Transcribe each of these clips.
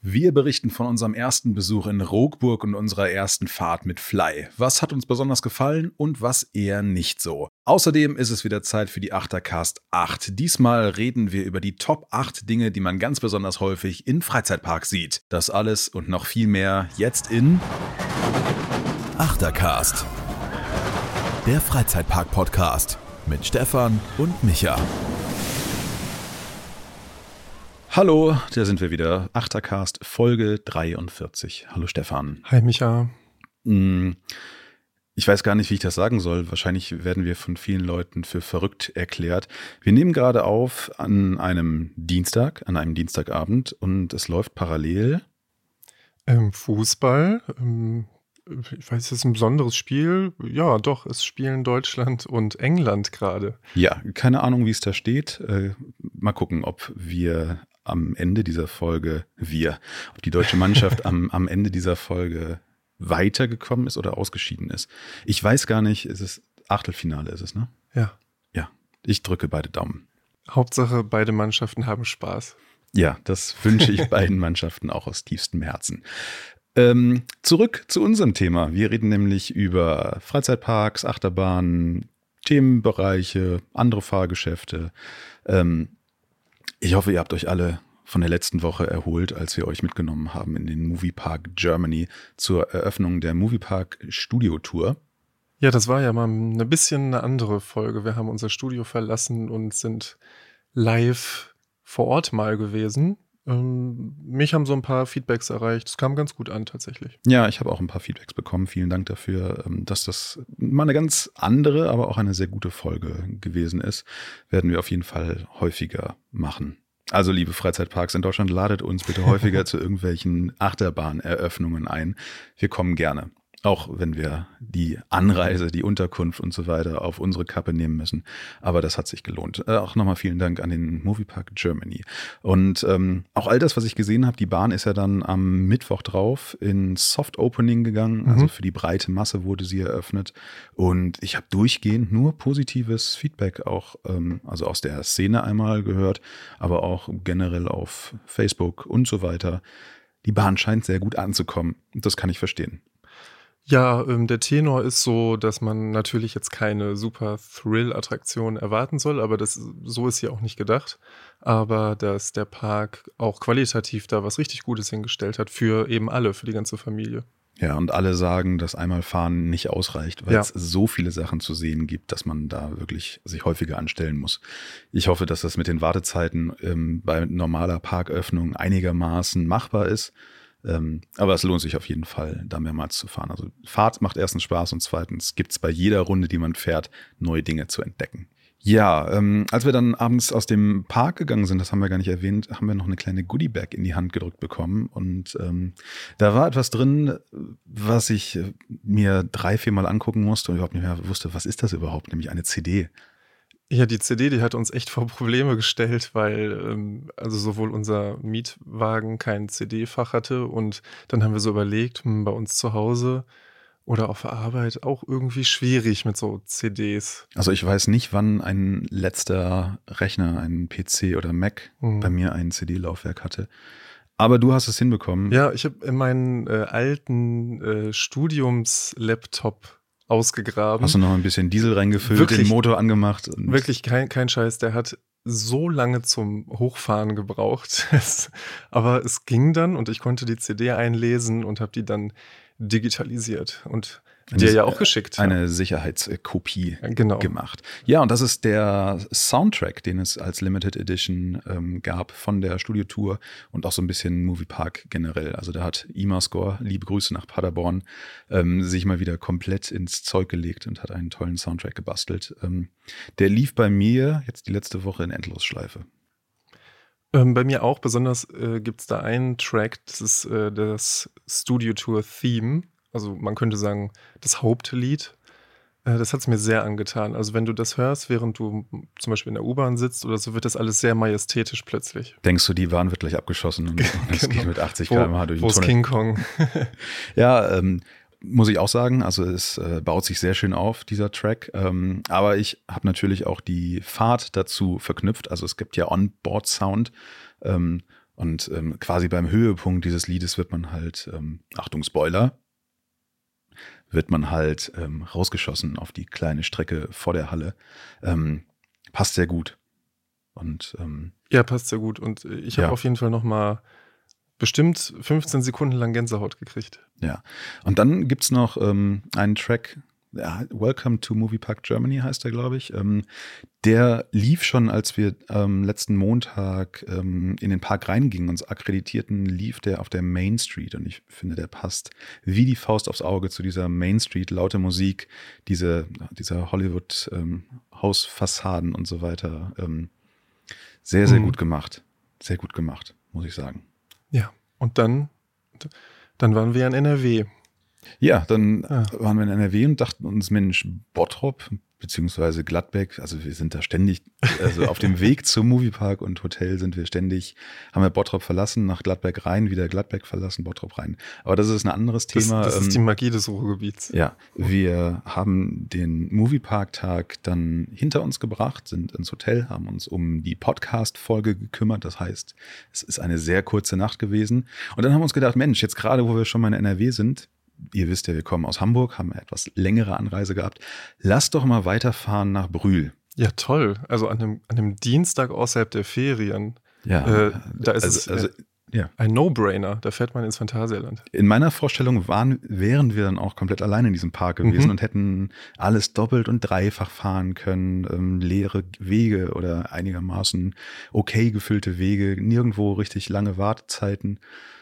Wir berichten von unserem ersten Besuch in Roogburg und unserer ersten Fahrt mit Fly. Was hat uns besonders gefallen und was eher nicht so? Außerdem ist es wieder Zeit für die Achtercast 8. Diesmal reden wir über die Top 8 Dinge, die man ganz besonders häufig in Freizeitparks sieht. Das alles und noch viel mehr jetzt in Achtercast, der Freizeitpark-Podcast mit Stefan und Micha. Hallo, da sind wir wieder. Achtercast Folge 43. Hallo Stefan. Hi Micha. Ich weiß gar nicht, wie ich das sagen soll. Wahrscheinlich werden wir von vielen Leuten für verrückt erklärt. Wir nehmen gerade auf an einem Dienstagabend und es läuft parallel Fußball. Ich weiß, es ist ein besonderes Spiel. Ja, doch, es spielen Deutschland und England gerade. Ja, keine Ahnung, wie es da steht. Mal gucken, ob wir am Ende dieser Folge, ob die deutsche Mannschaft am Ende dieser Folge weitergekommen ist oder ausgeschieden ist. Ich weiß gar nicht, Achtelfinale ist es, ne? Ja. Ja, ich drücke beide Daumen. Hauptsache, beide Mannschaften haben Spaß. Ja, das wünsche ich beiden Mannschaften auch aus tiefstem Herzen. Zurück zu unserem Thema. Wir reden nämlich über Freizeitparks, Achterbahnen, Themenbereiche, andere Fahrgeschäfte. Ich hoffe, ihr habt euch alle von der letzten Woche erholt, als wir euch mitgenommen haben in den Moviepark Germany zur Eröffnung der Moviepark Studio Tour. Ja, das war ja mal ein bisschen eine andere Folge. Wir haben unser Studio verlassen und sind live vor Ort mal gewesen. Mich haben so ein paar Feedbacks erreicht. Es kam ganz gut an tatsächlich. Ja, ich habe auch ein paar Feedbacks bekommen. Vielen Dank dafür, dass das mal eine ganz andere, aber auch eine sehr gute Folge gewesen ist. Werden wir auf jeden Fall häufiger machen. Also liebe Freizeitparks in Deutschland, ladet uns bitte häufiger zu irgendwelchen Achterbahneröffnungen ein. Wir kommen gerne. Auch wenn wir die Anreise, die Unterkunft und so weiter auf unsere Kappe nehmen müssen. Aber das hat sich gelohnt. Auch nochmal vielen Dank an den Moviepark Germany. Und auch all das, was ich gesehen habe, die Bahn ist ja dann am Mittwoch drauf in Soft Opening gegangen. Also für die breite Masse wurde sie eröffnet. Und ich habe durchgehend nur positives Feedback auch, also aus der Szene einmal gehört, aber auch generell auf Facebook und so weiter. Die Bahn scheint sehr gut anzukommen. Das kann ich verstehen. Ja, der Tenor ist so, dass man natürlich jetzt keine super Thrill-Attraktion erwarten soll, aber so ist sie auch nicht gedacht. Aber dass der Park auch qualitativ da was richtig Gutes hingestellt hat für eben alle, für die ganze Familie. Ja, und alle sagen, dass einmal fahren nicht ausreicht, weil es so viele Sachen zu sehen gibt, dass man da wirklich sich häufiger anstellen muss. Ich hoffe, dass das mit den Wartezeiten bei normaler Parköffnung einigermaßen machbar ist. Aber es lohnt sich auf jeden Fall, da mehrmals zu fahren. Also Fahrt macht erstens Spaß und zweitens gibt es bei jeder Runde, die man fährt, neue Dinge zu entdecken. Ja, als wir dann abends aus dem Park gegangen sind, das haben wir gar nicht erwähnt, haben wir noch eine kleine Goodiebag in die Hand gedrückt bekommen. Und da war etwas drin, was ich mir 3-4 Mal angucken musste und überhaupt nicht mehr wusste, was ist das überhaupt, nämlich eine CD. Ja, die CD, die hat uns echt vor Probleme gestellt, weil also sowohl unser Mietwagen kein CD-Fach hatte und dann haben wir so überlegt, bei uns zu Hause oder auf der Arbeit auch irgendwie schwierig mit so CDs. Also ich weiß nicht, wann ein letzter Rechner, ein PC oder Mac bei mir ein CD-Laufwerk hatte. Aber du hast es hinbekommen. Ja, ich habe in meinen alten Studiums-Laptop ausgegraben. Hast du noch ein bisschen Diesel reingefüllt, Wirklich, den Motor angemacht? Wirklich kein Scheiß, der hat so lange zum Hochfahren gebraucht. Aber es ging dann und ich konnte die CD einlesen und habe die dann digitalisiert und dir ja auch geschickt. Eine Sicherheitskopie genau gemacht. Ja, und das ist der Soundtrack, den es als Limited Edition gab von der Studiotour und auch so ein bisschen Moviepark generell. Also da hat Imascore, liebe Grüße nach Paderborn, sich mal wieder komplett ins Zeug gelegt und hat einen tollen Soundtrack gebastelt. Der lief bei mir jetzt die letzte Woche in Endlosschleife. Bei mir auch, besonders gibt es da einen Track, das ist das Studio Tour Theme. Also man könnte sagen, das Hauptlied. Das hat es mir sehr angetan. Also wenn du das hörst, während du zum Beispiel in der U-Bahn sitzt oder so, wird das alles sehr majestätisch plötzlich. Denkst du, die Bahn wird gleich abgeschossen und es geht mit 80 km/h durch den Tunnel? Wo ist King Kong? Ja, muss ich auch sagen, also es baut sich sehr schön auf, dieser Track. Aber ich habe natürlich auch die Fahrt dazu verknüpft. Also es gibt ja Onboard-Sound. Und quasi beim Höhepunkt dieses Liedes wird man halt, Achtung Spoiler, wird man halt rausgeschossen auf die kleine Strecke vor der Halle. Passt sehr gut. Und Ja, passt sehr gut. Und ich habe Ja. auf jeden Fall noch mal bestimmt 15 Sekunden lang Gänsehaut gekriegt. ja. Und dann gibt's noch einen Track, ja, Welcome to Movie Park Germany heißt der, glaube ich. Der lief schon, als wir letzten Montag in den Park reingingen, uns akkreditierten, lief der auf der Main Street. Und ich finde, der passt wie die Faust aufs Auge zu dieser Main Street, laute Musik, dieser Hollywood Hausfassaden und so weiter. Sehr, sehr gut gemacht. Sehr gut gemacht, muss ich sagen. Ja, und dann waren wir in NRW. Ja, dann waren wir in NRW und dachten uns, Mensch, Bottrop beziehungsweise Gladbeck, also wir sind da ständig, also auf dem Weg zum Moviepark und Hotel sind wir ständig, haben wir Bottrop verlassen, nach Gladbeck rein, wieder Gladbeck verlassen, Bottrop rein. Aber das ist ein anderes Thema. Das ist die Magie des Ruhrgebiets. Ja, wir haben den Moviepark-Tag dann hinter uns gebracht, sind ins Hotel, haben uns um die Podcast-Folge gekümmert. Das heißt, es ist eine sehr kurze Nacht gewesen. Und dann haben wir uns gedacht, Mensch, jetzt gerade, wo wir schon mal in NRW sind, ihr wisst ja, wir kommen aus Hamburg, haben eine etwas längere Anreise gehabt. Lasst doch mal weiterfahren nach Brühl. Ja, toll. Also an einem Dienstag außerhalb der Ferien. Ja, Da ist ja. ein No-Brainer. Da fährt man ins Phantasialand. In meiner Vorstellung wären wir dann auch komplett allein in diesem Park gewesen und hätten alles doppelt und dreifach fahren können, leere Wege oder einigermaßen okay gefüllte Wege, nirgendwo richtig lange Wartezeiten.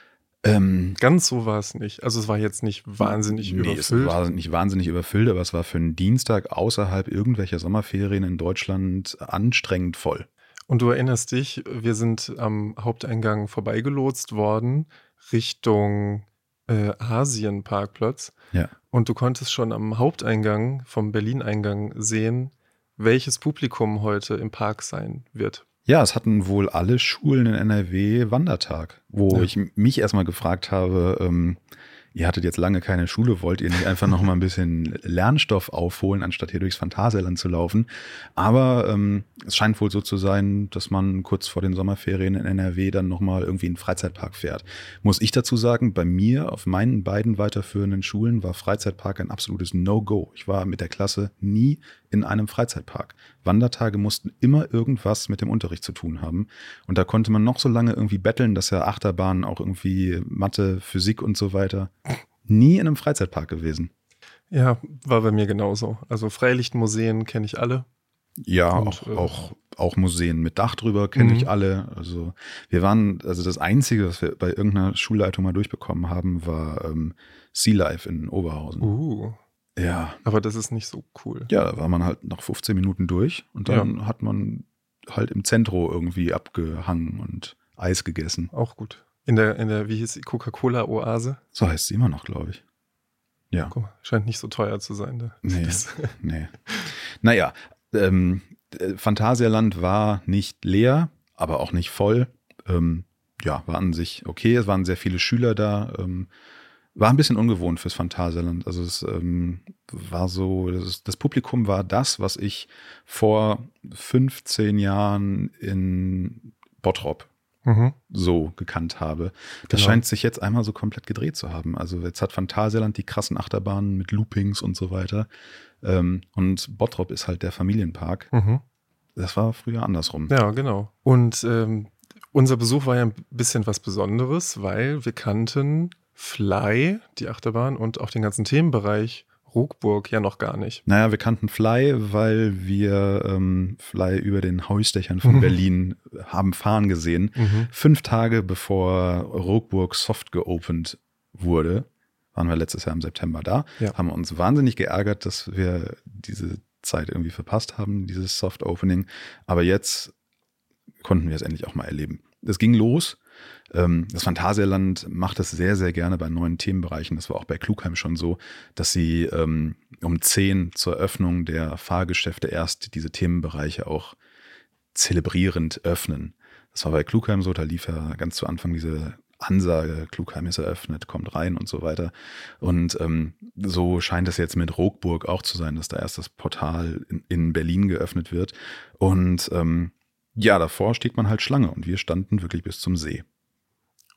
Ganz so war es nicht. Also es war jetzt nicht wahnsinnig überfüllt. Es war nicht wahnsinnig überfüllt, aber es war für einen Dienstag außerhalb irgendwelcher Sommerferien in Deutschland anstrengend voll. Und du erinnerst dich, wir sind am Haupteingang vorbeigelotst worden Richtung Asienparkplatz. Ja. Und du konntest schon am Haupteingang vom Berlin-Eingang sehen, welches Publikum heute im Park sein wird. Ja, es hatten wohl alle Schulen in NRW Wandertag, wo ich mich erstmal gefragt habe, ihr hattet jetzt lange keine Schule, wollt ihr nicht einfach noch mal ein bisschen Lernstoff aufholen, anstatt hier durchs Phantasialand zu laufen? Aber es scheint wohl so zu sein, dass man kurz vor den Sommerferien in NRW dann noch mal irgendwie in einen Freizeitpark fährt. Muss ich dazu sagen, bei mir auf meinen beiden weiterführenden Schulen war Freizeitpark ein absolutes No-Go. Ich war mit der Klasse nie in einem Freizeitpark. Wandertage mussten immer irgendwas mit dem Unterricht zu tun haben. Und da konnte man noch so lange irgendwie betteln, dass ja Achterbahnen auch irgendwie Mathe, Physik und so weiter. Nie in einem Freizeitpark gewesen. Ja, war bei mir genauso. Also Freilichtmuseen kenne ich alle. Ja, Und, auch Museen mit Dach drüber kenne ich alle. Also das Einzige, was wir bei irgendeiner Schulleitung mal durchbekommen haben, war Sea Life in Oberhausen. Ja. Aber das ist nicht so cool. Ja, da war man halt nach 15 Minuten durch und dann hat man halt im Zentrum irgendwie abgehangen und Eis gegessen. Auch gut. In der, wie hieß die, Coca-Cola-Oase? So heißt sie immer noch, glaube ich. Ja. Guck mal, scheint nicht so teuer zu sein. Da. Nee. Naja, Phantasialand war nicht leer, aber auch nicht voll. War an sich okay. Es waren sehr viele Schüler da. War ein bisschen ungewohnt fürs Phantasialand. Also es war so, das Publikum war das, was ich vor 15 Jahren in Bottrop so gekannt habe. Das scheint sich jetzt einmal so komplett gedreht zu haben. Also jetzt hat Phantasialand die krassen Achterbahnen mit Loopings und so weiter. Und Bottrop ist halt der Familienpark. Das war früher andersrum. Ja, genau. Und unser Besuch war ja ein bisschen was Besonderes, weil wir kannten Fly, die Achterbahn, und auch den ganzen Themenbereich Ruckburg ja noch gar nicht. Naja, wir kannten Fly, weil wir Fly über den Hausdächern von Berlin haben fahren gesehen. 5 Tage bevor Ruckburg soft geopend wurde, waren wir letztes Jahr im September da, haben uns wahnsinnig geärgert, dass wir diese Zeit irgendwie verpasst haben, dieses Soft-Opening. Aber jetzt konnten wir es endlich auch mal erleben. Es ging los. Das Phantasialand macht es sehr, sehr gerne bei neuen Themenbereichen. Das war auch bei Klugheim schon so, dass sie um 10 zur Öffnung der Fahrgeschäfte erst diese Themenbereiche auch zelebrierend öffnen. Das war bei Klugheim so, da lief ja ganz zu Anfang diese Ansage, Klugheim ist eröffnet, kommt rein und so weiter. Und so scheint es jetzt mit Ruckburg auch zu sein, dass da erst das Portal in Berlin geöffnet wird. Und davor steht man halt Schlange und wir standen wirklich bis zum See.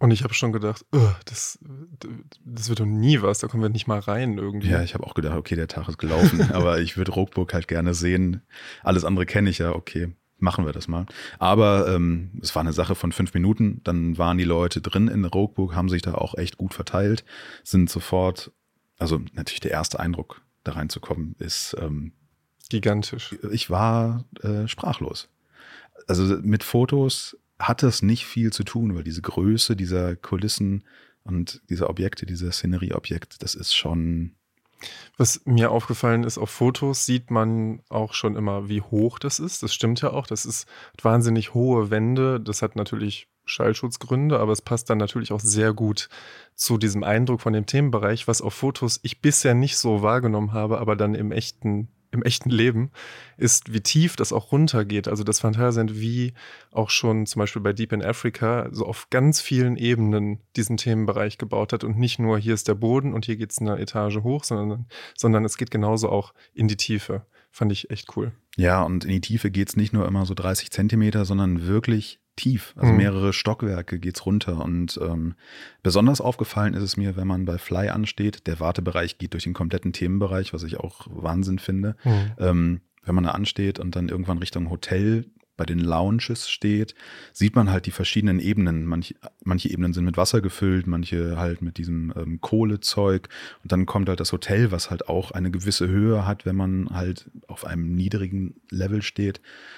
Und ich habe schon gedacht, das wird doch nie was, da kommen wir nicht mal rein irgendwie. Ja, ich habe auch gedacht, okay, der Tag ist gelaufen, aber ich würde Rookbook halt gerne sehen. Alles andere kenne ich ja, okay, machen wir das mal. Aber es war eine Sache von 5 Minuten, dann waren die Leute drin in Rookbook, haben sich da auch echt gut verteilt, sind sofort, also natürlich der erste Eindruck, da reinzukommen, ist gigantisch. Ich war sprachlos. Also mit Fotos hat das nicht viel zu tun, weil diese Größe dieser Kulissen und diese Objekte, diese Szenerieobjekte, das ist schon. Was mir aufgefallen ist, auf Fotos sieht man auch schon immer, wie hoch das ist. Das stimmt ja auch. Das ist wahnsinnig hohe Wände. Das hat natürlich Schallschutzgründe, aber es passt dann natürlich auch sehr gut zu diesem Eindruck von dem Themenbereich, was auf Fotos ich bisher nicht so wahrgenommen habe, aber dann im echten Leben, ist, wie tief das auch runtergeht. Also das Phantasialand, wie auch schon zum Beispiel bei Deep in Africa, so auf ganz vielen Ebenen diesen Themenbereich gebaut hat und nicht nur, hier ist der Boden und hier geht es eine Etage hoch, sondern es geht genauso auch in die Tiefe. Fand ich echt cool. Ja, und in die Tiefe geht es nicht nur immer so 30 Zentimeter, sondern wirklich tief. Also mehrere Stockwerke geht's runter. Und besonders aufgefallen ist es mir, wenn man bei Fly ansteht. Der Wartebereich geht durch den kompletten Themenbereich, was ich auch Wahnsinn finde. Wenn man da ansteht und dann irgendwann Richtung Hotel bei den Lounges steht, sieht man halt die verschiedenen Ebenen. Manche Ebenen sind mit Wasser gefüllt, manche halt mit diesem Kohlezeug. Und dann kommt halt das Hotel, was halt auch eine gewisse Höhe hat, wenn man halt auf einem niedrigen Level steht.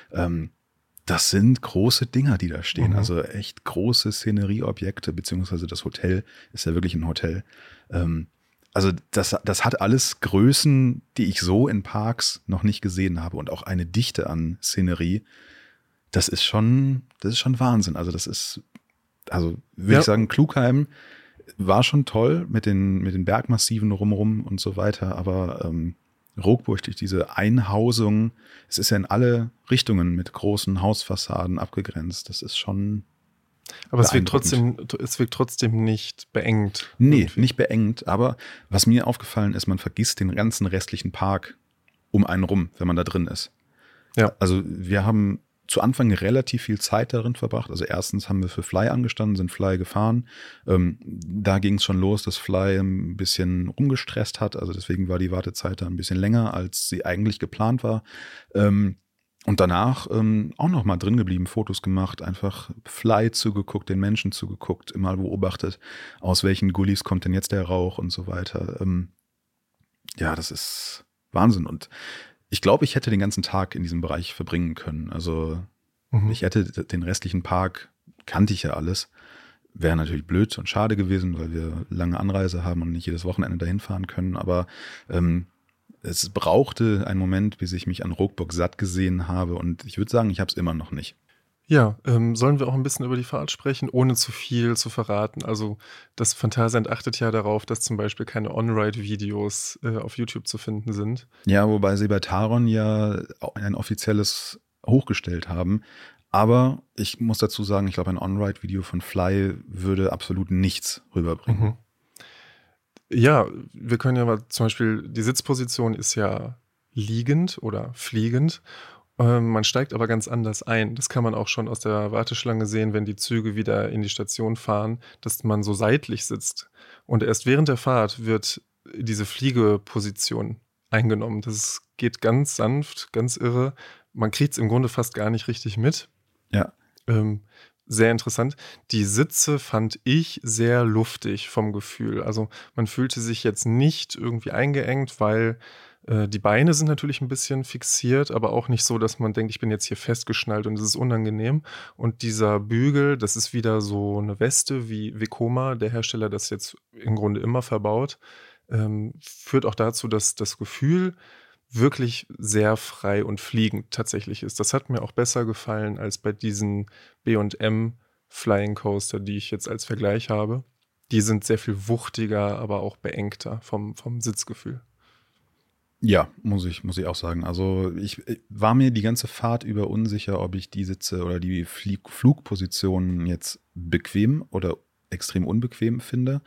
Das sind große Dinger, die da stehen. Also echt große Szenerieobjekte, beziehungsweise das Hotel ist ja wirklich ein Hotel. Also das hat alles Größen, die ich so in Parks noch nicht gesehen habe. Und auch eine Dichte an Szenerie. Das ist schon Wahnsinn. Also würde ich sagen, Klugheim war schon toll mit den Bergmassiven rumrum und so weiter. Aber Rookburg durch diese Einhausung, es ist ja in alle Richtungen mit großen Hausfassaden abgegrenzt. Das ist schon. Aber es wirkt trotzdem nicht beengt. Nee, irgendwie. Nicht beengt. Aber was mir aufgefallen ist, man vergisst den ganzen restlichen Park um einen rum, wenn man da drin ist. Ja. Also wir haben zu Anfang relativ viel Zeit darin verbracht. Also erstens haben wir für Fly angestanden, sind Fly gefahren. Da ging es schon los, dass Fly ein bisschen rumgestresst hat. Also deswegen war die Wartezeit da ein bisschen länger, als sie eigentlich geplant war. Und danach auch noch mal drin geblieben, Fotos gemacht, einfach Fly zugeguckt, den Menschen zugeguckt, immer beobachtet, aus welchen Gullis kommt denn jetzt der Rauch und so weiter. Ja, das ist Wahnsinn. Und ich glaube, ich hätte den ganzen Tag in diesem Bereich verbringen können. Also ich hätte den restlichen Park, kannte ich ja alles. Wäre natürlich blöd und schade gewesen, weil wir lange Anreise haben und nicht jedes Wochenende dahin fahren können. Aber es brauchte einen Moment, bis ich mich an Rookburg satt gesehen habe. Und ich würde sagen, ich habe es immer noch nicht. Ja, sollen wir auch ein bisschen über die Fahrt sprechen, ohne zu viel zu verraten? Also das Phantasialand achtet ja darauf, dass zum Beispiel keine On-Ride-Videos auf YouTube zu finden sind. Ja, wobei sie bei Taron ja ein offizielles hochgestellt haben. Aber ich muss dazu sagen, ich glaube, ein On-Ride-Video von Fly würde absolut nichts rüberbringen. Ja, wir können ja mal zum Beispiel, die Sitzposition ist ja liegend oder fliegend. Man steigt aber ganz anders ein. Das kann man auch schon aus der Warteschlange sehen, wenn die Züge wieder in die Station fahren, dass man so seitlich sitzt. Und erst während der Fahrt wird diese Fliegeposition eingenommen. Das geht ganz sanft, ganz irre. Man kriegt es im Grunde fast gar nicht richtig mit. Ja. Sehr interessant. Die Sitze fand ich sehr luftig vom Gefühl. Also man fühlte sich jetzt nicht irgendwie eingeengt, weil die Beine sind natürlich ein bisschen fixiert, aber auch nicht so, dass man denkt, ich bin jetzt hier festgeschnallt und es ist unangenehm. Und dieser Bügel, das ist wieder so eine Weste, wie Vekoma, der Hersteller, das jetzt im Grunde immer verbaut, führt auch dazu, dass das Gefühl wirklich sehr frei und fliegend tatsächlich ist. Das hat mir auch besser gefallen als bei diesen B&M Flying Coaster, die ich jetzt als Vergleich habe. Die sind sehr viel wuchtiger, aber auch beengter vom Sitzgefühl. Ja, muss ich auch sagen. Also ich war mir die ganze Fahrt über unsicher, ob ich die Sitze oder die Flugpositionen jetzt bequem oder extrem unbequem finde.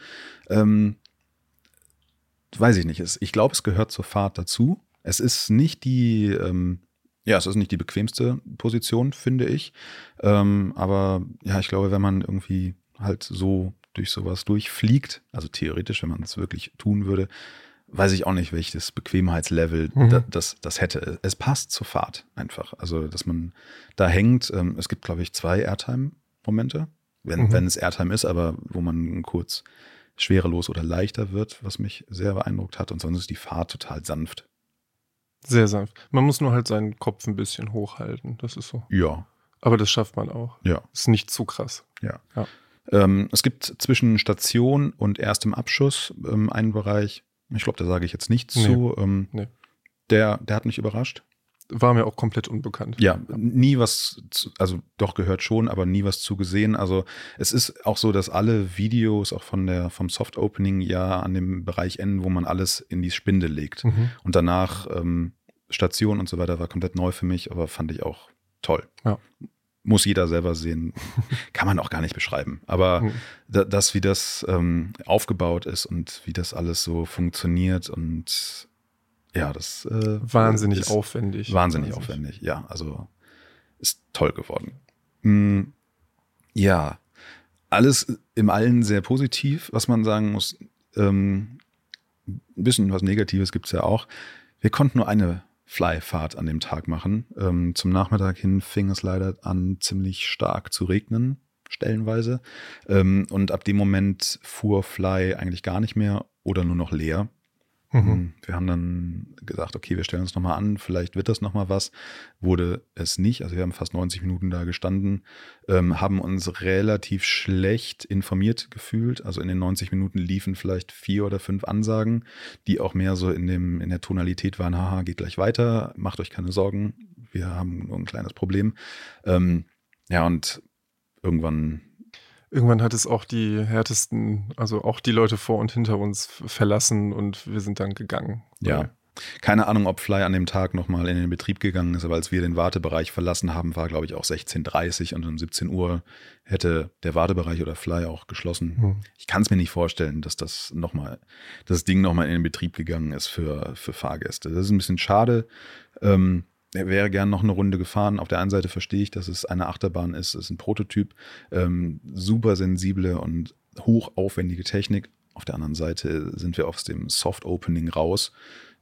Weiß ich nicht. Ich glaube, es gehört zur Fahrt dazu. Es ist nicht die bequemste Position, finde ich. Aber ja, ich glaube, wenn man irgendwie halt so durch sowas durchfliegt, also theoretisch, wenn man es wirklich tun würde, weiß ich auch nicht, welches Bequemheitslevel das hätte. Es passt zur Fahrt einfach. Also, dass man da hängt. Es gibt, glaube ich, 2 Airtime-Momente, wenn es Airtime ist, aber wo man kurz schwerelos oder leichter wird, was mich sehr beeindruckt hat. Und sonst ist die Fahrt total sanft. Sehr sanft. Man muss nur halt seinen Kopf ein bisschen hochhalten. Das ist so. Ja. Aber das schafft man auch. Ja. Ist nicht zu krass. Ja. Ja. Es gibt zwischen Station und erstem Abschuss einen Bereich, ich glaube, da sage ich jetzt nichts zu. Nee. Der hat mich überrascht. War mir auch komplett unbekannt. Ja, nie was, also doch gehört schon, aber nie was zu gesehen. Also es ist auch so, dass alle Videos auch vom Soft Opening ja an dem Bereich enden, wo man alles in die Spinde legt. Und danach Station und so weiter war komplett neu für mich, aber fand ich auch toll. Ja. Muss jeder selber sehen. Kann man auch gar nicht beschreiben. Aber das, wie das aufgebaut ist und wie das alles so funktioniert und ja, das wahnsinnig ist aufwendig. Wahnsinnig aufwendig, ja. Also ist toll geworden. Ja, alles im Allen sehr positiv, was man sagen muss. Ein bisschen was Negatives gibt es ja auch. Wir konnten nur eine Fly-Fahrt an dem Tag machen. Zum Nachmittag hin fing es leider an, ziemlich stark zu regnen, stellenweise. Und ab dem Moment fuhr Fly eigentlich gar nicht mehr oder nur noch leer. Wir haben dann gesagt, okay, wir stellen uns nochmal an, vielleicht wird das nochmal was. Wurde es nicht. Also wir haben fast 90 Minuten da gestanden, haben uns relativ schlecht informiert gefühlt. Also in den 90 Minuten liefen vielleicht 4 oder 5 Ansagen, die auch mehr so in der Tonalität waren, haha, geht gleich weiter, macht euch keine Sorgen, wir haben nur ein kleines Problem. Ja, und Irgendwann hat es auch die härtesten, also auch die Leute vor und hinter uns verlassen und wir sind dann gegangen. Ja, keine Ahnung, ob Fly an dem Tag nochmal in den Betrieb gegangen ist, aber als wir den Wartebereich verlassen haben, war, glaube ich, auch 16:30 und um 17 Uhr hätte der Wartebereich oder Fly auch geschlossen. Ich kann es mir nicht vorstellen, dass das Ding nochmal in den Betrieb gegangen ist für Fahrgäste. Das ist ein bisschen schade. Er wäre gern noch eine Runde gefahren. Auf der einen Seite verstehe ich, dass es eine Achterbahn ist. Es ist ein Prototyp, super sensible und hochaufwendige Technik. Auf der anderen Seite sind wir aus dem Soft Opening raus.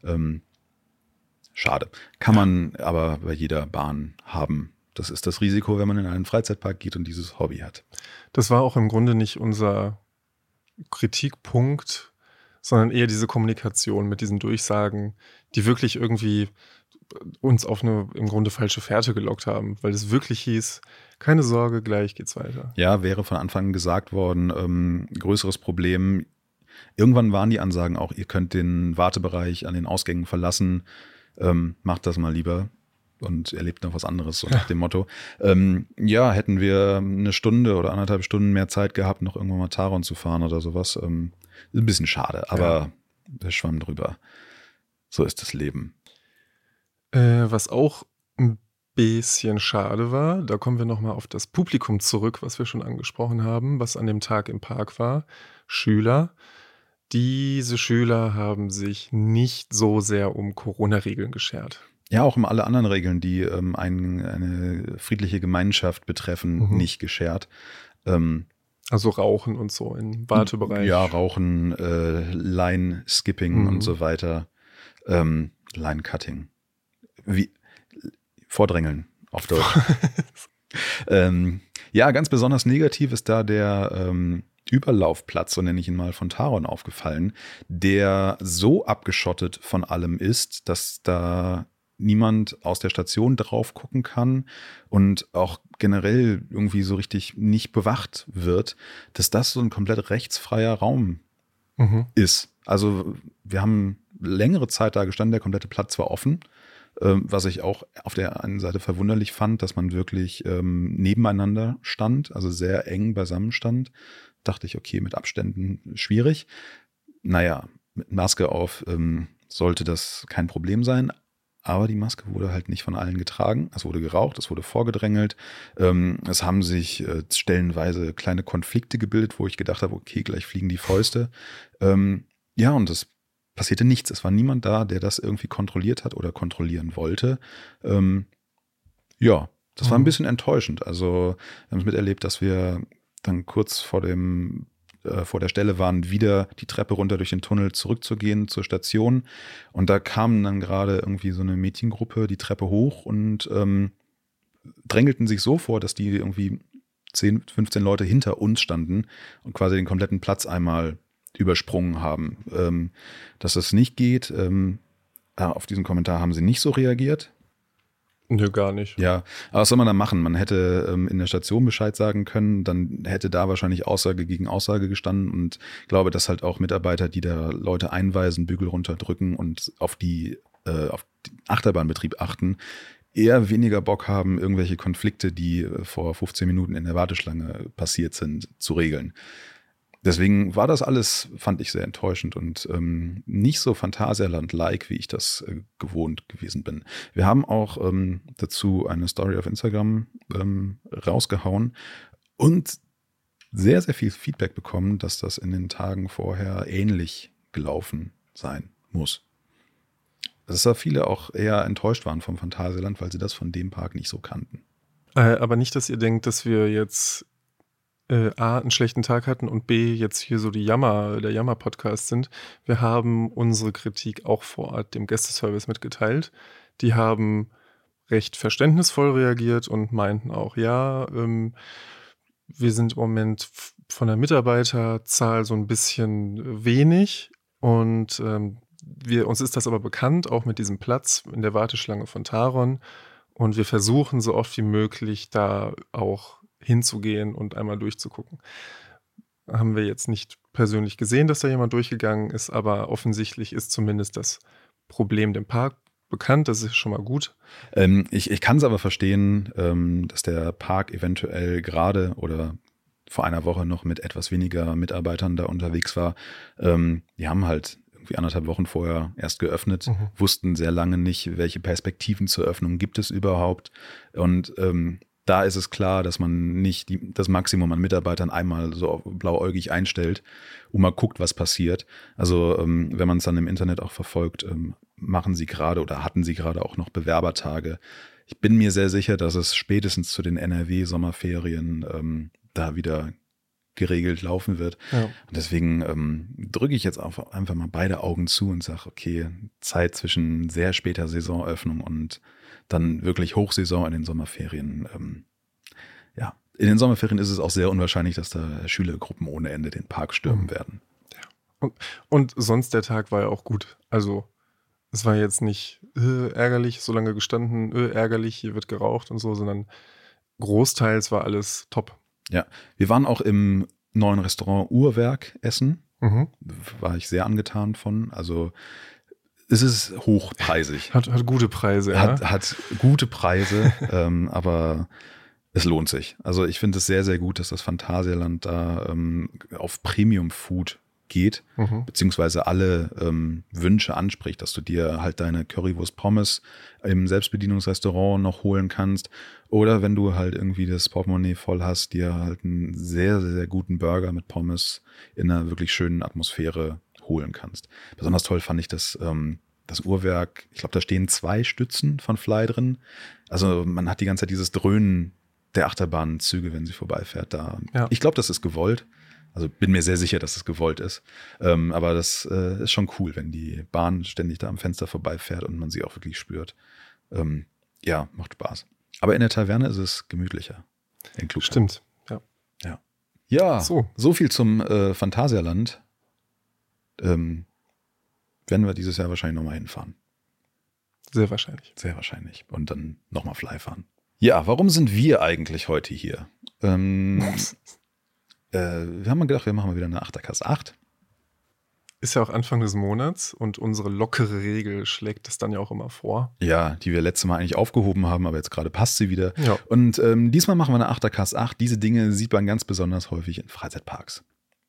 Schade. Kann man aber bei jeder Bahn haben. Das ist das Risiko, wenn man in einen Freizeitpark geht und dieses Hobby hat. Das war auch im Grunde nicht unser Kritikpunkt, sondern eher diese Kommunikation mit diesen Durchsagen, die wirklich irgendwie uns auf eine im Grunde falsche Fährte gelockt haben, weil es wirklich hieß, keine Sorge, gleich geht's weiter. Ja, wäre von Anfang an gesagt worden, größeres Problem. Irgendwann waren die Ansagen auch, ihr könnt den Wartebereich an den Ausgängen verlassen, macht das mal lieber und erlebt noch was anderes, so nach dem Motto. Ja, hätten wir eine Stunde oder 1,5 Stunden mehr Zeit gehabt, noch irgendwann mal Taron zu fahren oder sowas. Ist ein bisschen schade, aber wir schwammen drüber. So ist das Leben. Was auch ein bisschen schade war, da kommen wir nochmal auf das Publikum zurück, was wir schon angesprochen haben, was an dem Tag im Park war. Schüler. Diese Schüler haben sich nicht so sehr um Corona-Regeln geschert. Ja, auch um alle anderen Regeln, die eine friedliche Gemeinschaft betreffen, nicht geschert. Also Rauchen und so im Wartebereich. Ja, Rauchen, Line-Skipping und so weiter. Line-Cutting. Wie Vordrängeln auf Deutsch. Ja, ganz besonders negativ ist da der Überlaufplatz, so nenne ich ihn mal, von Taron aufgefallen, der so abgeschottet von allem ist, dass da niemand aus der Station drauf gucken kann und auch generell irgendwie so richtig nicht bewacht wird, dass das so ein komplett rechtsfreier Raum ist. Also wir haben längere Zeit da gestanden, der komplette Platz war offen, was ich auch auf der einen Seite verwunderlich fand, dass man wirklich nebeneinander stand, also sehr eng beisammen stand. Dachte ich, okay, mit Abständen schwierig. Naja, mit Maske auf sollte das kein Problem sein. Aber die Maske wurde halt nicht von allen getragen. Es wurde geraucht, es wurde vorgedrängelt. Es haben sich stellenweise kleine Konflikte gebildet, wo ich gedacht habe, okay, gleich fliegen die Fäuste. Ja, und es passierte nichts. Es war niemand da, der das irgendwie kontrolliert hat oder kontrollieren wollte. Ja, das war ein bisschen enttäuschend. Also wir haben es miterlebt, dass dann kurz vor der Stelle waren, wieder die Treppe runter durch den Tunnel zurückzugehen zur Station. Und da kamen dann gerade irgendwie so eine Mädchengruppe die Treppe hoch und drängelten sich so vor, dass die irgendwie 10, 15 Leute hinter uns standen und quasi den kompletten Platz einmal übersprungen haben. Dass das nicht geht, auf diesen Kommentar haben sie nicht so reagiert. Nö, gar nicht. Ja, aber was soll man da machen? Man hätte in der Station Bescheid sagen können, dann hätte da wahrscheinlich Aussage gegen Aussage gestanden und ich glaube, dass halt auch Mitarbeiter, die da Leute einweisen, Bügel runterdrücken und auf den Achterbahnbetrieb achten, eher weniger Bock haben, irgendwelche Konflikte, die vor 15 Minuten in der Warteschlange passiert sind, zu regeln. Deswegen war das alles, fand ich, sehr enttäuschend und nicht so Phantasialand-like, wie ich das gewohnt gewesen bin. Wir haben auch dazu eine Story auf Instagram rausgehauen und sehr, sehr viel Feedback bekommen, dass das in den Tagen vorher ähnlich gelaufen sein muss. Dass da viele auch eher enttäuscht waren vom Phantasialand, weil sie das von dem Park nicht so kannten. Aber nicht, dass ihr denkt, dass wir jetzt A, einen schlechten Tag hatten und B, jetzt hier so der Jammer-Podcast sind. Wir haben unsere Kritik auch vor Ort dem Gästeservice mitgeteilt. Die haben recht verständnisvoll reagiert und meinten auch, ja, wir sind im Moment von der Mitarbeiterzahl so ein bisschen wenig und uns ist das aber bekannt, auch mit diesem Platz in der Warteschlange von Taron und wir versuchen so oft wie möglich da auch hinzugehen und einmal durchzugucken. Haben wir jetzt nicht persönlich gesehen, dass da jemand durchgegangen ist, aber offensichtlich ist zumindest das Problem dem Park bekannt, das ist schon mal gut. Ich kann es aber verstehen, dass der Park eventuell gerade oder vor einer Woche noch mit etwas weniger Mitarbeitern da unterwegs war. Die haben halt irgendwie 1,5 Wochen vorher erst geöffnet, wussten sehr lange nicht, welche Perspektiven zur Öffnung gibt es überhaupt und da ist es klar, dass man nicht das Maximum an Mitarbeitern einmal so blauäugig einstellt und mal guckt, was passiert. Also wenn man es dann im Internet auch verfolgt, hatten sie gerade auch noch Bewerbertage. Ich bin mir sehr sicher, dass es spätestens zu den NRW-Sommerferien da wieder geregelt laufen wird. Ja. Und deswegen drücke ich jetzt einfach mal beide Augen zu und sage, okay, Zeit zwischen sehr später Saisonöffnung und dann wirklich Hochsaison in den Sommerferien. In den Sommerferien ist es auch sehr unwahrscheinlich, dass da Schülergruppen ohne Ende den Park stürmen werden. Ja. Und sonst der Tag war ja auch gut. Also es war jetzt nicht ärgerlich, so lange gestanden, ärgerlich, hier wird geraucht und so, sondern großteils war alles top. Ja, wir waren auch im neuen Restaurant Uhrwerk essen. War ich sehr angetan von. Also es ist hochpreisig. Hat gute Preise, ja. Hat gute Preise, aber es lohnt sich. Also ich finde es sehr, sehr gut, dass das Phantasialand da auf Premium-Food geht, beziehungsweise alle Wünsche anspricht, dass du dir halt deine Currywurst-Pommes im Selbstbedienungsrestaurant noch holen kannst oder wenn du halt irgendwie das Portemonnaie voll hast, dir halt einen sehr, sehr, sehr guten Burger mit Pommes in einer wirklich schönen Atmosphäre holen kannst. Besonders toll fand ich das Uhrwerk, ich glaube, da stehen 2 Stützen von Fly drin. Also man hat die ganze Zeit dieses Dröhnen der Achterbahnzüge, wenn sie vorbeifährt da. Ja. Ich glaube, das ist gewollt. Also bin mir sehr sicher, dass es gewollt ist. Aber das ist schon cool, wenn die Bahn ständig da am Fenster vorbeifährt und man sie auch wirklich spürt. Ja, macht Spaß. Aber in der Taverne ist es gemütlicher. Stimmt, ja. Ja, so viel zum Phantasialand. Werden wir dieses Jahr wahrscheinlich nochmal hinfahren. Sehr wahrscheinlich. Sehr wahrscheinlich. Und dann nochmal Fly fahren. Ja, warum sind wir eigentlich heute hier? Wir haben mal gedacht, wir machen mal wieder eine Achtercast 8. Ist ja auch Anfang des Monats und unsere lockere Regel schlägt es dann ja auch immer vor. Ja, die wir letztes Mal eigentlich aufgehoben haben, aber jetzt gerade passt sie wieder. Ja. Und diesmal machen wir eine Achtercast 8. Diese Dinge sieht man ganz besonders häufig in Freizeitparks.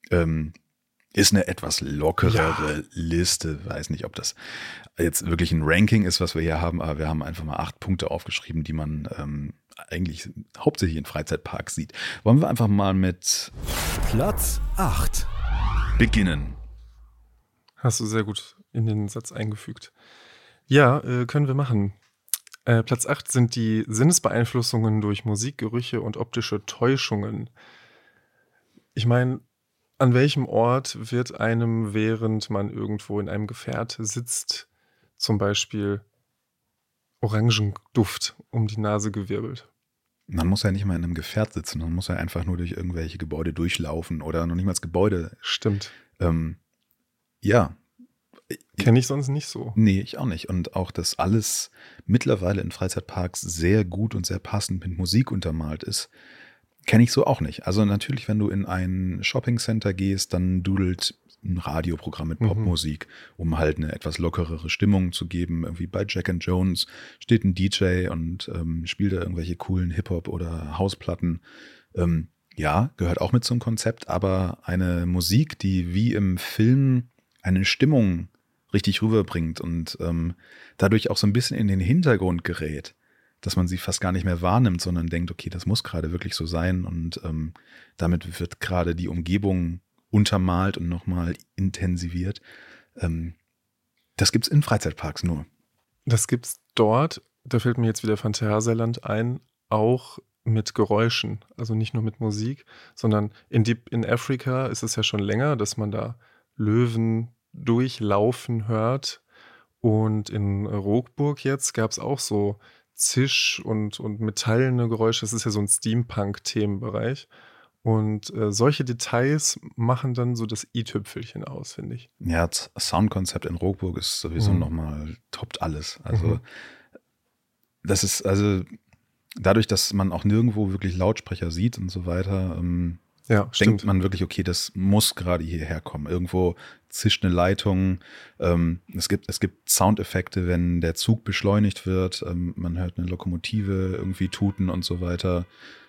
Ist eine etwas lockerere Liste. Weiß nicht, ob das jetzt wirklich ein Ranking ist, was wir hier haben, aber wir haben einfach mal 8 Punkte aufgeschrieben, die man eigentlich hauptsächlich in Freizeitparks sieht. Wollen wir einfach mal mit Platz 8 beginnen? Hast du sehr gut in den Satz eingefügt. Ja, können wir machen. Platz 8 sind die Sinnesbeeinflussungen durch Musik, Gerüche und optische Täuschungen. Ich meine, an welchem Ort wird einem, während man irgendwo in einem Gefährt sitzt, zum Beispiel Orangenduft um die Nase gewirbelt? Man muss ja nicht mal in einem Gefährt sitzen, man muss ja einfach nur durch irgendwelche Gebäude durchlaufen oder noch nicht mal das Gebäude. Stimmt. Ja. Kenne ich sonst nicht so. Nee, ich auch nicht. Und auch, dass alles mittlerweile in Freizeitparks sehr gut und sehr passend mit Musik untermalt ist, kenne ich so auch nicht. Also natürlich, wenn du in ein Shoppingcenter gehst, dann dudelt ein Radioprogramm mit Popmusik, um halt eine etwas lockerere Stimmung zu geben. Irgendwie bei Jack and Jones steht ein DJ und spielt da irgendwelche coolen Hip-Hop- oder Hausplatten. Ja, gehört auch mit zum Konzept, aber eine Musik, die wie im Film eine Stimmung richtig rüberbringt und dadurch auch so ein bisschen in den Hintergrund gerät, dass man sie fast gar nicht mehr wahrnimmt, sondern denkt, okay, das muss gerade wirklich so sein und damit wird gerade die Umgebung untermalt und nochmal intensiviert. Das gibt's in Freizeitparks nur. Das gibt's dort, da fällt mir jetzt wieder Phantasialand ein, auch mit Geräuschen, also nicht nur mit Musik, sondern in Afrika ist es ja schon länger, dass man da Löwen durchlaufen hört. Und in Rockburg jetzt gab es auch so Zisch- und metallene Geräusche. Das ist ja so ein Steampunk-Themenbereich. Und solche Details machen dann so das i-Tüpfelchen aus, finde ich. Ja, das Soundkonzept in Rockburg ist sowieso nochmal toppt alles. Also das ist also dadurch, dass man auch nirgendwo wirklich Lautsprecher sieht und so weiter, denkt man wirklich, okay, das muss gerade hierher kommen. Irgendwo zischt eine Leitung. Es gibt Soundeffekte, wenn der Zug beschleunigt wird. Man hört eine Lokomotive irgendwie tuten und so weiter.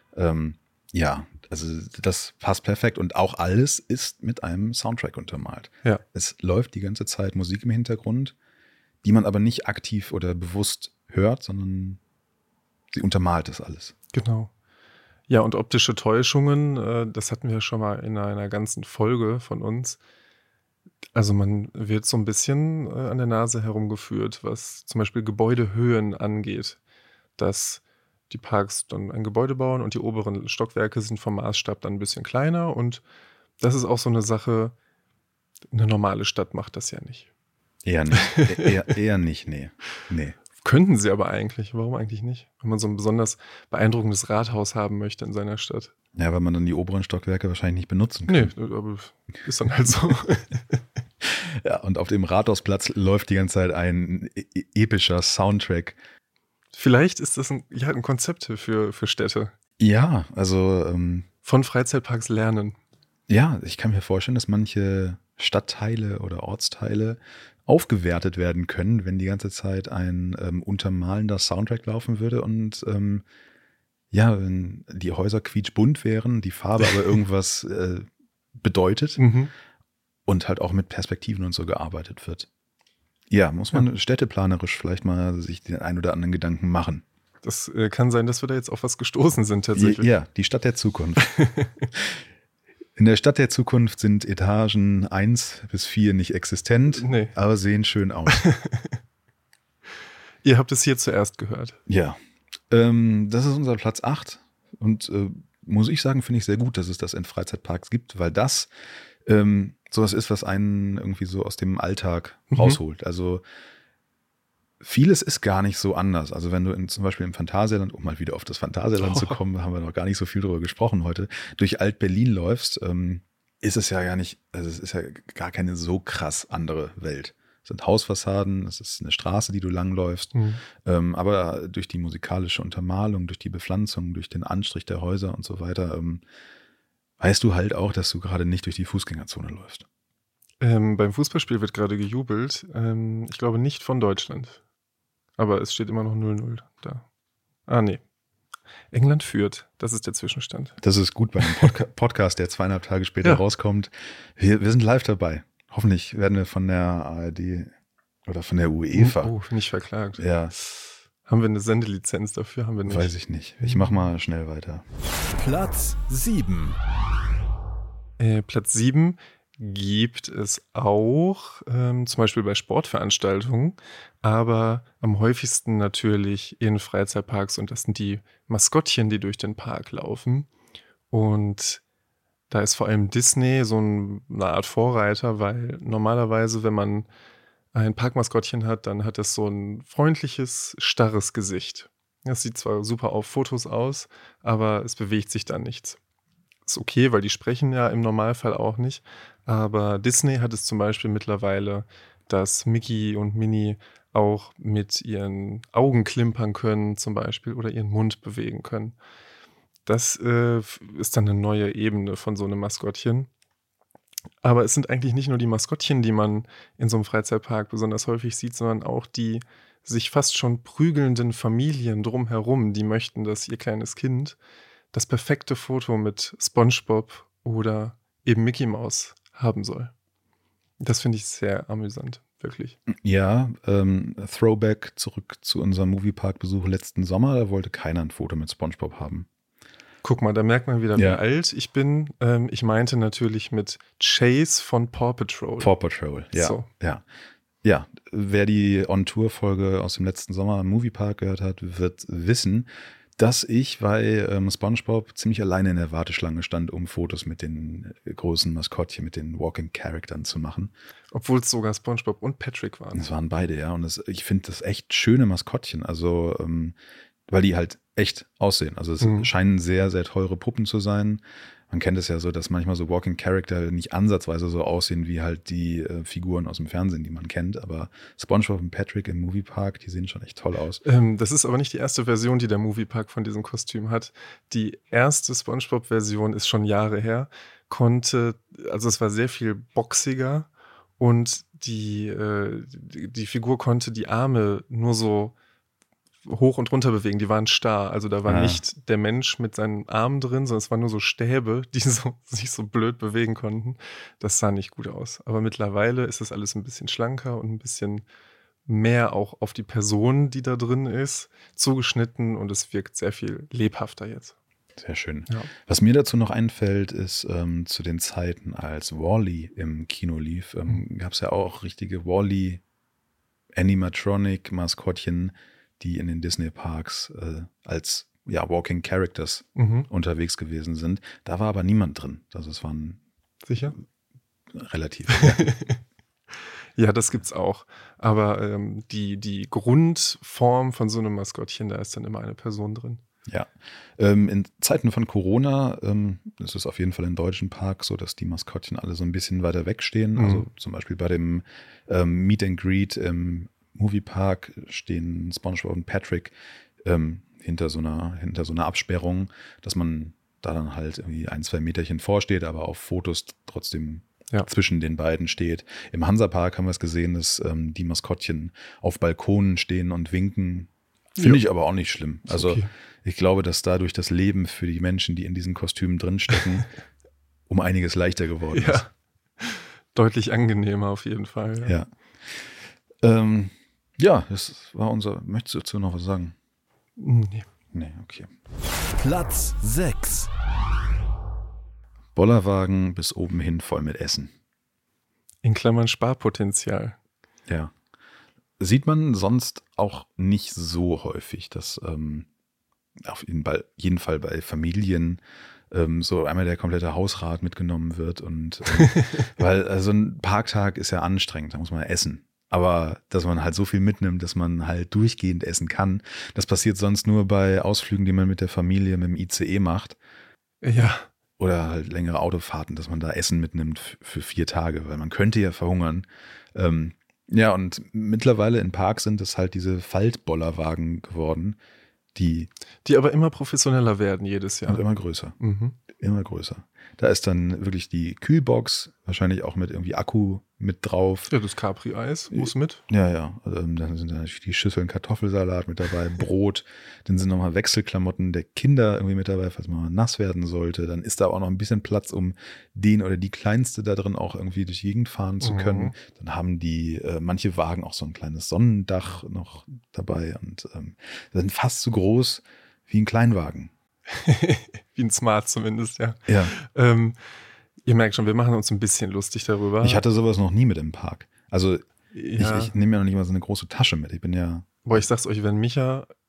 Ja, also das passt perfekt. Und auch alles ist mit einem Soundtrack untermalt. Ja. Es läuft die ganze Zeit Musik im Hintergrund, die man aber nicht aktiv oder bewusst hört, sondern sie untermalt das alles. Genau. Ja, und optische Täuschungen, das hatten wir schon mal in einer ganzen Folge von uns. Also man wird so ein bisschen an der Nase herumgeführt, was zum Beispiel Gebäudehöhen angeht. Dass die Parks dann ein Gebäude bauen und die oberen Stockwerke sind vom Maßstab dann ein bisschen kleiner. Und das ist auch so eine Sache, eine normale Stadt macht das ja nicht. Eher nicht. eher nicht, nee. Könnten sie aber eigentlich. Warum eigentlich nicht? Wenn man so ein besonders beeindruckendes Rathaus haben möchte in seiner Stadt. Ja, weil man dann die oberen Stockwerke wahrscheinlich nicht benutzen kann. Nee, aber ist dann halt so. Ja, und auf dem Rathausplatz läuft die ganze Zeit ein epischer Soundtrack. Vielleicht ist das ein Konzept für Städte. Ja, also von Freizeitparks lernen. Ja, ich kann mir vorstellen, dass manche Stadtteile oder Ortsteile aufgewertet werden können, wenn die ganze Zeit ein untermalender Soundtrack laufen würde und wenn die Häuser quietschbunt wären, die Farbe aber irgendwas bedeutet und halt auch mit Perspektiven und so gearbeitet wird. Ja, muss man städteplanerisch vielleicht mal sich den ein oder anderen Gedanken machen. Das kann sein, dass wir da jetzt auf was gestoßen sind tatsächlich. Ja, die Stadt der Zukunft. In der Stadt der Zukunft sind Etagen 1 bis 4 nicht existent, aber sehen schön aus. Ihr habt es hier zuerst gehört. Ja, das ist unser Platz 8 und muss ich sagen, finde ich sehr gut, dass es das in Freizeitparks gibt, weil das sowas ist, was einen irgendwie so aus dem Alltag rausholt. Also vieles ist gar nicht so anders. Also wenn du zum Beispiel im Phantasialand, um mal wieder auf das Phantasialand zu kommen, haben wir noch gar nicht so viel drüber gesprochen heute, durch Alt-Berlin läufst, ist es ja gar nicht, also es ist ja gar keine so krass andere Welt. Es sind Hausfassaden, es ist eine Straße, die du langläufst, aber durch die musikalische Untermalung, durch die Bepflanzung, durch den Anstrich der Häuser und so weiter, weißt du halt auch, dass du gerade nicht durch die Fußgängerzone läufst. Beim Fußballspiel wird gerade gejubelt. Ich glaube nicht von Deutschland. Aber es steht immer noch 0-0 da. Ah, nee. England führt. Das ist der Zwischenstand. Das ist gut bei einem Podcast, der 2,5 Tage später rauskommt. Wir sind live dabei. Hoffentlich werden wir von der ARD oder von der UEFA. Nicht verklagt. Ja. Haben wir eine Sendelizenz dafür? Haben wir nicht. Weiß ich nicht. Ich mach mal schnell weiter. Platz 7. Platz 7 gibt es auch, zum Beispiel bei Sportveranstaltungen, aber am häufigsten natürlich in Freizeitparks und das sind die Maskottchen, die durch den Park laufen. Und Da ist vor allem Disney so eine Art Vorreiter, weil normalerweise, wenn man ein Parkmaskottchen hat, dann hat es so ein freundliches, starres Gesicht. Das sieht zwar super auf Fotos aus, aber es bewegt sich dann nichts. Ist okay, weil die sprechen ja im Normalfall auch nicht. Aber Disney hat es zum Beispiel mittlerweile, dass Mickey und Minnie auch mit ihren Augen klimpern können zum Beispiel oder ihren Mund bewegen können. Das ist dann eine neue Ebene von so einem Maskottchen. Aber es sind eigentlich nicht nur die Maskottchen, die man in so einem Freizeitpark besonders häufig sieht, sondern auch die sich fast schon prügelnden Familien drumherum, die möchten, dass ihr kleines Kind das perfekte Foto mit SpongeBob oder eben Mickey Mouse haben soll. Das finde ich sehr amüsant, wirklich. Ja, Throwback zurück zu unserem Moviepark-Besuch letzten Sommer. Da wollte keiner ein Foto mit SpongeBob haben. Guck mal, da merkt man wieder, wie alt ich bin. Ich meinte natürlich mit Chase von Paw Patrol. Paw Patrol, ja. So. Ja, wer die On-Tour-Folge aus dem letzten Sommer im Moviepark gehört hat, wird wissen, dass ich bei SpongeBob ziemlich alleine in der Warteschlange stand, um Fotos mit den großen Maskottchen, mit den Walking Charactern zu machen. Obwohl es sogar SpongeBob und Patrick waren. Das waren beide, ja. Und ich finde das echt schöne Maskottchen. Also, weil die halt echt aussehen. Also es scheinen sehr, sehr teure Puppen zu sein. Man kennt es ja so, dass manchmal so Walking Character nicht ansatzweise so aussehen wie halt die Figuren aus dem Fernsehen, die man kennt. Aber SpongeBob und Patrick im Moviepark, die sehen schon echt toll aus. Das ist aber nicht die erste Version, die der Moviepark von diesem Kostüm hat. Die erste SpongeBob-Version ist schon Jahre her. Also es war sehr viel boxiger und die Figur konnte die Arme nur so hoch und runter bewegen, die waren starr. Also da war nicht der Mensch mit seinen Armen drin, sondern es waren nur so Stäbe, die sich so blöd bewegen konnten. Das sah nicht gut aus. Aber mittlerweile ist das alles ein bisschen schlanker und ein bisschen mehr auch auf die Person, die da drin ist, zugeschnitten und es wirkt sehr viel lebhafter jetzt. Sehr schön. Ja. Was mir dazu noch einfällt, ist zu den Zeiten, als WALL-E im Kino lief, gab es ja auch richtige WALL-E Animatronic-Maskottchen, die in den Disney-Parks als Walking Characters unterwegs gewesen sind. Da war aber niemand drin. Also es waren sicher relativ. Ja, das gibt's auch. Aber die Grundform von so einem Maskottchen, da ist dann immer eine Person drin. Ja. In Zeiten von Corona ist es auf jeden Fall in deutschen Parks so, dass die Maskottchen alle so ein bisschen weiter wegstehen. Also zum Beispiel bei dem Meet and Greet im Moviepark stehen SpongeBob und Patrick hinter so einer Absperrung, dass man da dann halt irgendwie 1-2 Meterchen vorsteht, aber auf Fotos trotzdem zwischen den beiden steht. Im Hansapark haben wir es gesehen, dass die Maskottchen auf Balkonen stehen und winken. Finde ich aber auch nicht schlimm. Also ich glaube, dass dadurch das Leben für die Menschen, die in diesen Kostümen drinstecken, um einiges leichter geworden ist. Deutlich angenehmer auf jeden Fall. Ja, das war unser. Möchtest du dazu noch was sagen? Nee, okay. Platz 6. Bollerwagen bis oben hin voll mit Essen. In Klammern Sparpotenzial. Ja. Sieht man sonst auch nicht so häufig, dass auf jeden Fall bei Familien so einmal der komplette Hausrat mitgenommen wird. Und weil also ein Parktag ist ja anstrengend, da muss man essen. Aber dass man halt so viel mitnimmt, dass man halt durchgehend essen kann, das passiert sonst nur bei Ausflügen, die man mit der Familie mit dem ICE macht. Ja. Oder halt längere Autofahrten, dass man da Essen mitnimmt für 4 Tage, weil man könnte ja verhungern. Ja, und mittlerweile in Parks sind es halt diese Faltbollerwagen geworden, die aber immer professioneller werden jedes Jahr. Und immer größer. Immer größer. Da ist dann wirklich die Kühlbox, wahrscheinlich auch mit irgendwie Akku mit drauf. Ja, das Capri-Eis muss mit. Ja. Dann sind da natürlich die Schüsseln Kartoffelsalat mit dabei, Brot. Dann sind nochmal Wechselklamotten der Kinder irgendwie mit dabei, falls man mal nass werden sollte. Dann ist da auch noch ein bisschen Platz, um den oder die Kleinste da drin auch irgendwie durch die Gegend fahren zu können. Dann haben die manche Wagen auch so ein kleines Sonnendach noch dabei und sind fast so groß wie ein Kleinwagen. Wie ein Smart zumindest, ja. Ja. Ihr merkt schon, wir machen uns ein bisschen lustig darüber. Ich hatte sowas noch nie mit im Park. Also ich nehme ja noch nicht mal so eine große Tasche mit. Ich bin ja... Boah, ich sag's euch, wenn Micha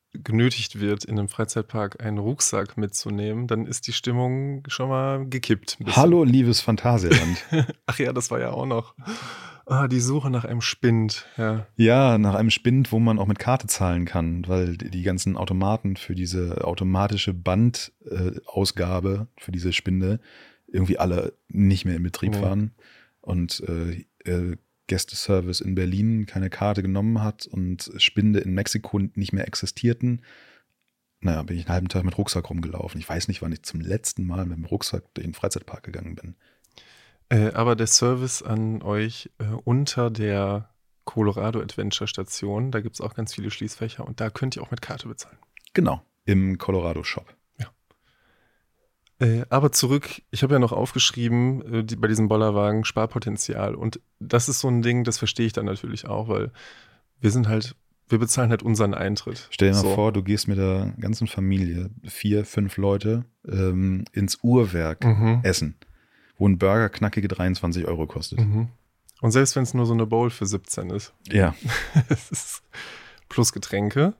genötigt wird, in einem Freizeitpark einen Rucksack mitzunehmen, dann ist die Stimmung schon mal gekippt. ein bisschen. Hallo, liebes Phantasialand. Ach ja, das war ja auch noch. Die Suche nach einem Spind. Ja. Ja, nach einem Spind, wo man auch mit Karte zahlen kann, weil die ganzen Automaten für diese automatische Bandausgabe für diese Spinde irgendwie alle nicht mehr in Betrieb Nee. waren und Gästeservice in Berlin keine Karte genommen hat und Spinde in Mexiko nicht mehr existierten. Naja, bin ich einen halben Tag mit Rucksack rumgelaufen. Ich weiß nicht, wann ich zum letzten Mal mit dem Rucksack durch den Freizeitpark gegangen bin. Aber der Service an euch unter der Colorado Adventure Station, da gibt es auch ganz viele Schließfächer und da könnt ihr auch mit Karte bezahlen. Genau, im Colorado Shop. Aber zurück, ich habe ja noch aufgeschrieben, bei diesem Bollerwagen Sparpotenzial. Und das ist so ein Ding, das verstehe ich dann natürlich auch, weil wir bezahlen halt unseren Eintritt. Stell dir mal So. vor, du gehst mit der ganzen Familie, 4, 5 Leute, ins Uhrwerk essen, wo ein Burger knackige 23 Euro kostet. Mhm. Und selbst wenn es nur so eine Bowl für 17 ist. Ja, Es ist plus Getränke.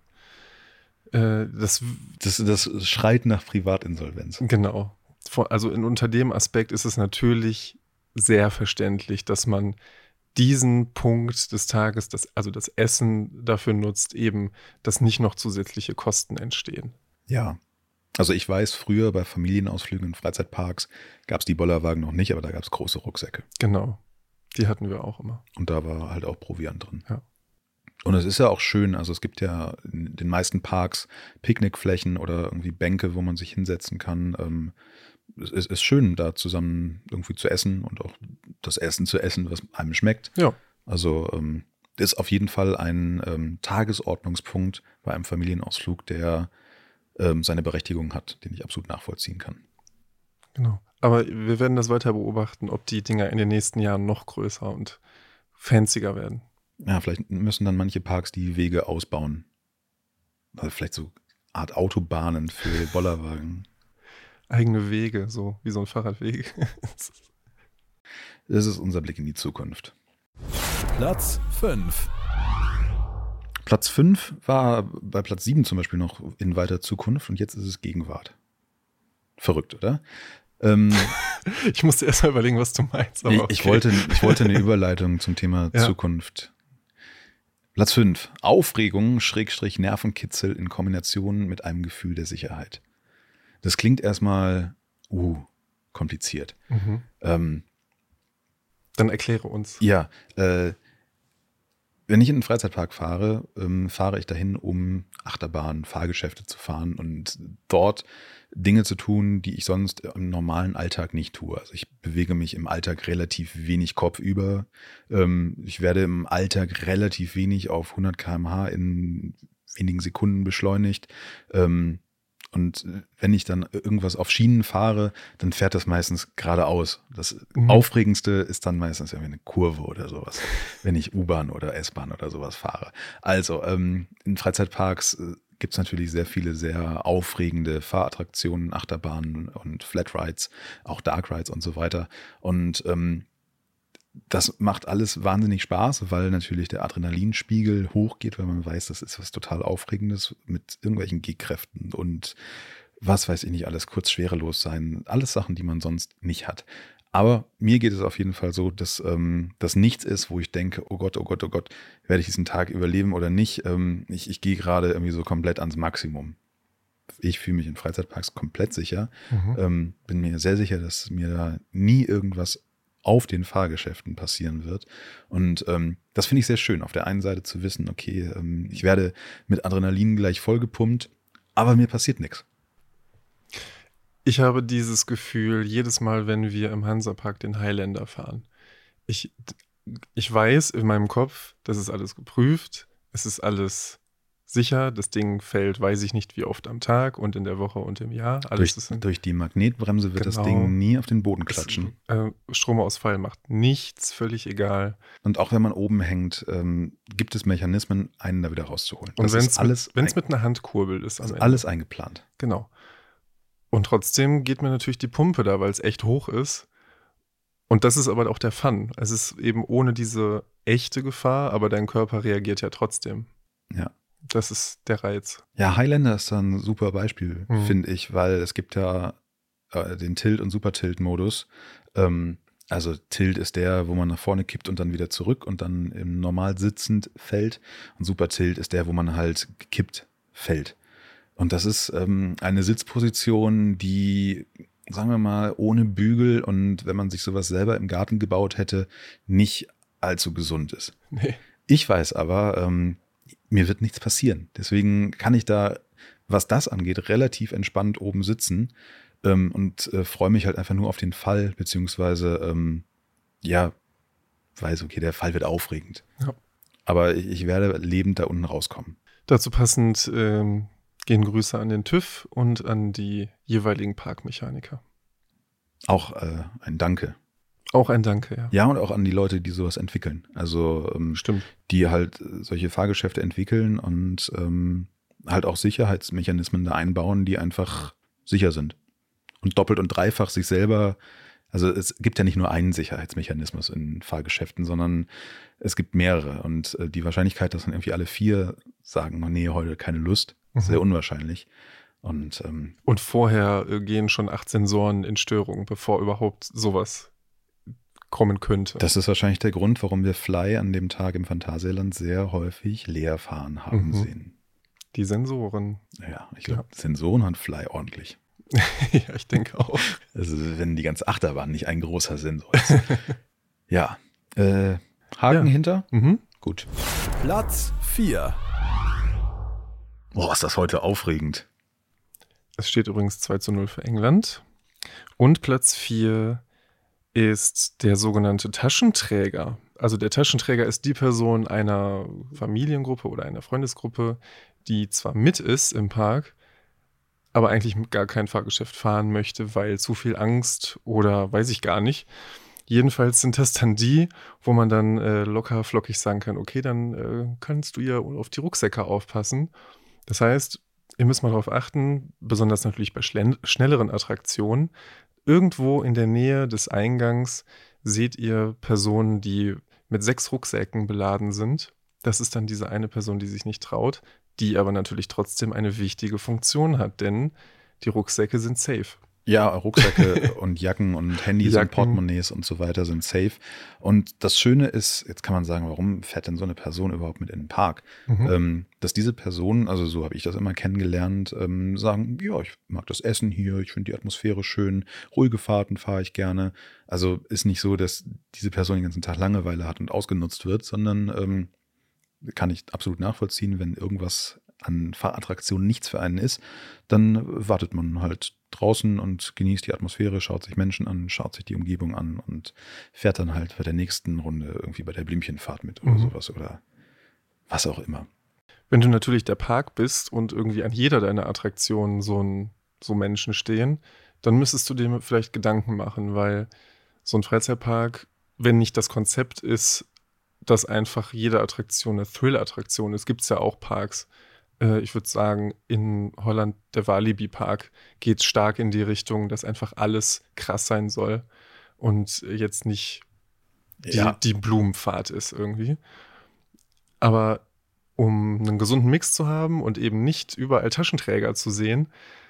Das das schreit nach Privatinsolvenz. Genau. Also unter dem Aspekt ist es natürlich sehr verständlich, dass man diesen Punkt des Tages, also das Essen dafür nutzt, eben, dass nicht noch zusätzliche Kosten entstehen. Ja. Also ich weiß, früher bei Familienausflügen in Freizeitparks gab es die Bollerwagen noch nicht, aber da gab es große Rucksäcke. Genau. Die hatten wir auch immer. Und da war halt auch Proviant drin. Ja. Und es ist ja auch schön, also es gibt ja in den meisten Parks Picknickflächen oder irgendwie Bänke, wo man sich hinsetzen kann. Es ist schön, da zusammen irgendwie zu essen und auch das Essen zu essen, was einem schmeckt. Ja. Also ist auf jeden Fall ein Tagesordnungspunkt bei einem Familienausflug, der seine Berechtigung hat, den ich absolut nachvollziehen kann. Genau. Aber wir werden das weiter beobachten, ob die Dinger in den nächsten Jahren noch größer und fancier werden. Ja, vielleicht müssen dann manche Parks die Wege ausbauen. Also vielleicht so Art Autobahnen für Bollerwagen. Eigene Wege, so wie so ein Fahrradweg. Das ist unser Blick in die Zukunft. Platz 5. Platz 5 war bei Platz 7 zum Beispiel noch in weiter Zukunft und jetzt ist es Gegenwart. Verrückt, oder? Ich musste erst mal überlegen, was du meinst. Aber okay. Ich wollte eine Überleitung zum Thema Ja. Zukunft. Platz 5. Aufregung, Nervenkitzel in Kombination mit einem Gefühl der Sicherheit. Das klingt erstmal kompliziert. Mhm. Dann erkläre uns. Ja, wenn ich in einen Freizeitpark fahre, fahre ich dahin, um Achterbahnen, Fahrgeschäfte zu fahren und dort Dinge zu tun, die ich sonst im normalen Alltag nicht tue. Also ich bewege mich im Alltag relativ wenig kopfüber. Ich werde im Alltag relativ wenig auf 100 km/h in wenigen Sekunden beschleunigt. Und wenn ich dann irgendwas auf Schienen fahre, dann fährt das meistens geradeaus. Das Aufregendste ist dann meistens irgendwie eine Kurve oder sowas, wenn ich U-Bahn oder S-Bahn oder sowas fahre. Also in Freizeitparks gibt es natürlich sehr viele sehr aufregende Fahrattraktionen, Achterbahnen und Flatrides, auch Dark Rides und so weiter. Und das macht alles wahnsinnig Spaß, weil natürlich der Adrenalinspiegel hochgeht, weil man weiß, das ist was total Aufregendes mit irgendwelchen G-Kräften und was weiß ich nicht alles, kurz schwerelos sein. Alles Sachen, die man sonst nicht hat. Aber mir geht es auf jeden Fall so, dass das nichts ist, wo ich denke, oh Gott, werde ich diesen Tag überleben oder nicht? Ich gehe gerade irgendwie so komplett ans Maximum. Ich fühle mich in Freizeitparks komplett sicher. Bin mir sehr sicher, dass mir da nie irgendwas auf den Fahrgeschäften passieren wird. Und das finde ich sehr schön, auf der einen Seite zu wissen, okay, ich werde mit Adrenalin gleich vollgepumpt, aber mir passiert nichts. Ich habe dieses Gefühl jedes Mal, wenn wir im Hansapark den Highlander fahren. Ich weiß in meinem Kopf, das ist alles geprüft, es ist alles sicher, das Ding fällt, weiß ich nicht wie oft am Tag und in der Woche und im Jahr. Alles Durch die Magnetbremse wird das Ding nie auf den Boden klatschen. Stromausfall macht nichts, völlig egal. Und auch wenn man oben hängt, gibt es Mechanismen, einen da wieder rauszuholen. Und wenn es mit einer Handkurbel ist. Also alles eingeplant. Genau. Und trotzdem geht mir natürlich die Pumpe da, weil es echt hoch ist. Und das ist aber auch der Fun. Es ist eben ohne diese echte Gefahr, aber dein Körper reagiert ja trotzdem. Ja. Das ist der Reiz. Ja, Highlander ist da ein super Beispiel, finde ich, weil es gibt ja den Tilt- und Super-Tilt-Modus. Also Tilt ist der, wo man nach vorne kippt und dann wieder zurück und dann im normal sitzend fällt. Und Super-Tilt ist der, wo man halt gekippt fällt. Und das ist eine Sitzposition, die, sagen wir mal, ohne Bügel und wenn man sich sowas selber im Garten gebaut hätte, nicht allzu gesund ist. Nee. Ich weiß aber, mir wird nichts passieren. Deswegen kann ich da, was das angeht, relativ entspannt oben sitzen und freue mich halt einfach nur auf den Fall, beziehungsweise, weiß, okay, der Fall wird aufregend. Ja. Aber ich werde lebend da unten rauskommen. Dazu passend gehen Grüße an den TÜV und an die jeweiligen Parkmechaniker. Auch ein Danke. Auch ein Danke, ja. Ja, und auch an die Leute, die sowas entwickeln. Also Stimmt. die halt solche Fahrgeschäfte entwickeln und halt auch Sicherheitsmechanismen da einbauen, die einfach sicher sind. Und doppelt und dreifach sich selber, also es gibt ja nicht nur einen Sicherheitsmechanismus in Fahrgeschäften, sondern es gibt mehrere. Und die Wahrscheinlichkeit, dass dann irgendwie alle 4 sagen, nee, heute keine Lust, ist sehr unwahrscheinlich. Und vorher gehen schon 8 Sensoren in Störung, bevor überhaupt sowas kommen könnte. das ist wahrscheinlich der Grund, warum wir Fly an dem Tag im Phantasialand sehr häufig leer fahren haben sehen. Die Sensoren. Ja, ich glaube, Sensoren hat Fly ordentlich. Ja, ich denke auch. Also wenn die ganze Achterbahn nicht ein großer Sensor ist. Ja, Haken hinter? Gut. Platz 4. Boah, ist das heute aufregend. Es steht übrigens 2:0 für England. Und Platz 4 ist der sogenannte Taschenträger. Also der Taschenträger ist die Person einer Familiengruppe oder einer Freundesgruppe, die zwar mit ist im Park, aber eigentlich gar kein Fahrgeschäft fahren möchte, weil zu viel Angst oder weiß ich gar nicht. Jedenfalls sind das dann die, wo man dann locker flockig sagen kann, okay, dann kannst du ja auf die Rucksäcke aufpassen. Das heißt, ihr müsst mal darauf achten, besonders natürlich bei schnelleren Attraktionen, irgendwo in der Nähe des Eingangs seht ihr Personen, die mit 6 Rucksäcken beladen sind. Das ist dann diese eine Person, die sich nicht traut, die aber natürlich trotzdem eine wichtige Funktion hat, denn die Rucksäcke sind safe. Ja, Rucksäcke und Jacken und Handys und Portemonnaies und so weiter sind safe. Und das Schöne ist, jetzt kann man sagen, warum fährt denn so eine Person überhaupt mit in den Park? Dass diese Personen, also so habe ich das immer kennengelernt, sagen, ja, ich mag das Essen hier, ich finde die Atmosphäre schön, ruhige Fahrten fahre ich gerne. Also ist nicht so, dass diese Person den ganzen Tag Langeweile hat und ausgenutzt wird, sondern kann ich absolut nachvollziehen, wenn irgendwas an Fahrattraktionen nichts für einen ist, dann wartet man halt draußen und genießt die Atmosphäre, schaut sich Menschen an, schaut sich die Umgebung an und fährt dann halt bei der nächsten Runde irgendwie bei der Blümchenfahrt mit oder sowas oder was auch immer. Wenn du natürlich der Park bist und irgendwie an jeder deiner Attraktionen so Menschen stehen, dann müsstest du dir vielleicht Gedanken machen, weil so ein Freizeitpark, wenn nicht das Konzept ist, dass einfach jede Attraktion eine Thrill-Attraktion ist, gibt es ja auch Parks. Ich würde sagen, in Holland, der Walibi Park, geht es stark in die Richtung, dass einfach alles krass sein soll und jetzt nicht die Blumenfahrt ist irgendwie. Aber um einen gesunden Mix zu haben und eben nicht überall Taschenträger zu sehen,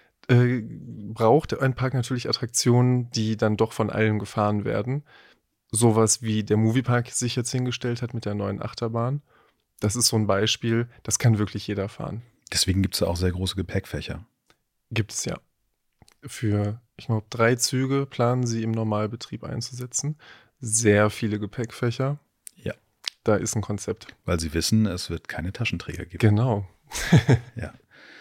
braucht ein Park natürlich Attraktionen, die dann doch von allen gefahren werden. Sowas wie der Moviepark sich jetzt hingestellt hat mit der neuen Achterbahn. Das ist so ein Beispiel, das kann wirklich jeder fahren. Deswegen gibt es ja auch sehr große Gepäckfächer. Gibt es ja. Für, ich glaube, 3 Züge planen sie im Normalbetrieb einzusetzen. Sehr viele Gepäckfächer. Ja. Da ist ein Konzept. Weil sie wissen, es wird keine Taschenträger geben. Genau. Ja.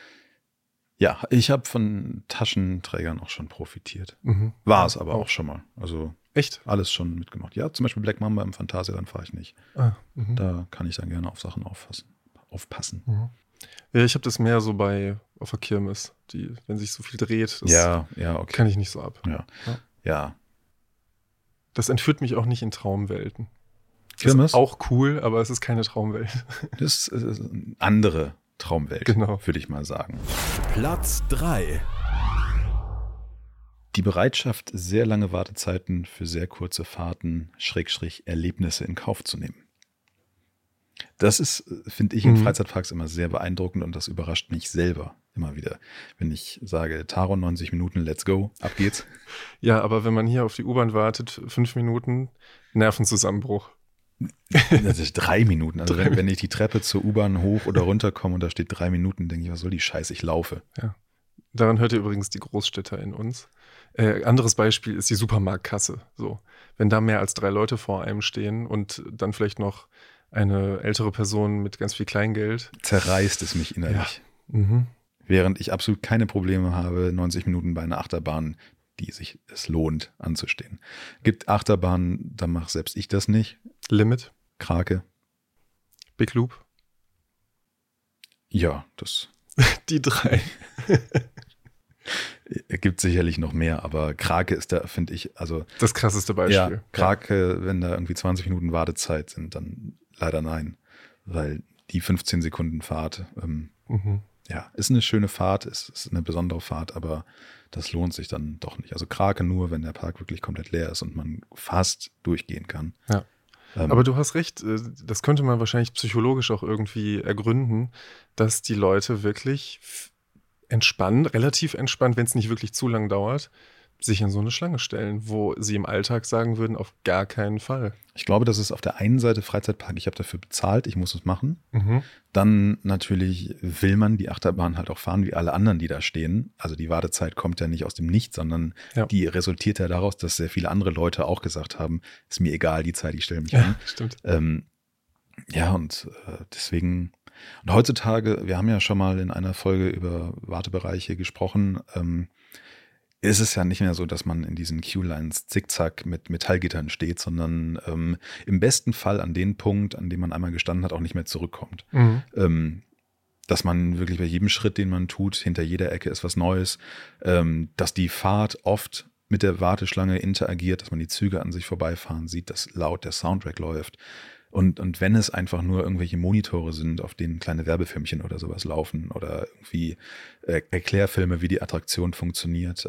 Ja, ich habe von Taschenträgern auch schon profitiert. War es aber auch schon mal. Also echt? Alles schon mitgemacht. Ja, zum Beispiel Black Mamba im Phantasialand fahre ich nicht. Da kann ich dann gerne auf Sachen aufpassen. Ja, ich habe das mehr so auf der Kirmes, wenn sich so viel dreht, das okay. kann ich nicht so ab. Ja. Das entführt mich auch nicht in Traumwelten. Kirmes? Ist auch cool, aber es ist keine Traumwelt. Das ist eine andere Traumwelt, würde ich mal sagen. Platz 3. Die Bereitschaft, sehr lange Wartezeiten für sehr kurze Fahrten, / Erlebnisse in Kauf zu nehmen. Das ist, finde ich, in Freizeitparks immer sehr beeindruckend und das überrascht mich selber immer wieder. Wenn ich sage, Taron, 90 Minuten, let's go, ab geht's. Ja, aber wenn man hier auf die U-Bahn wartet, 5 Minuten, Nervenzusammenbruch. Das ist 3 Minuten. Also wenn ich die Treppe zur U-Bahn hoch oder runter komme und da steht 3 Minuten, denke ich, was soll die Scheiße, ich laufe. Ja. Daran hört ihr übrigens die Großstädter in uns. Anderes Beispiel ist die Supermarktkasse. So, wenn da mehr als 3 Leute vor einem stehen und dann vielleicht noch eine ältere Person mit ganz viel Kleingeld. Zerreißt es mich innerlich. Ja. Mhm. Während ich absolut keine Probleme habe, 90 Minuten bei einer Achterbahn, die sich es lohnt anzustehen. Gibt Achterbahnen, da mache selbst ich das nicht. Limit, Krake. Big Loop. Ja, das Die 3. gibt sicherlich noch mehr, aber Krake ist da, finde ich, also Das krasseste Beispiel. ja, Krake, wenn da irgendwie 20 Minuten Wartezeit sind, dann leider nein, weil die 15 Sekunden Fahrt, ja, ist eine schöne Fahrt, ist eine besondere Fahrt, aber das lohnt sich dann doch nicht. Also Krake nur, wenn der Park wirklich komplett leer ist und man fast durchgehen kann. Ja. Aber du hast recht, das könnte man wahrscheinlich psychologisch auch irgendwie ergründen, dass die Leute wirklich entspannt, relativ entspannt, wenn es nicht wirklich zu lang dauert, sich in so eine Schlange stellen, wo sie im Alltag sagen würden, auf gar keinen Fall. Ich glaube, das ist auf der einen Seite Freizeitpark, ich habe dafür bezahlt, ich muss es machen. Mhm. Dann natürlich will man die Achterbahn halt auch fahren, wie alle anderen, die da stehen. Also die Wartezeit kommt ja nicht aus dem Nichts, sondern die resultiert ja daraus, dass sehr viele andere Leute auch gesagt haben, ist mir egal, die Zeit, ich stelle mich an. Stimmt. Ja, und deswegen, und heutzutage, wir haben ja schon mal in einer Folge über Wartebereiche gesprochen, ist es ja nicht mehr so, dass man in diesen Queue-Lines zickzack mit Metallgittern steht, sondern im besten Fall an den Punkt, an dem man einmal gestanden hat, auch nicht mehr zurückkommt. Mhm. Dass man wirklich bei jedem Schritt, den man tut, hinter jeder Ecke ist was Neues, dass die Fahrt oft mit der Warteschlange interagiert, dass man die Züge an sich vorbeifahren sieht, dass laut der Soundtrack läuft. Und wenn es einfach nur irgendwelche Monitore sind, auf denen kleine Werbefilmchen oder sowas laufen oder irgendwie Erklärfilme, wie die Attraktion funktioniert.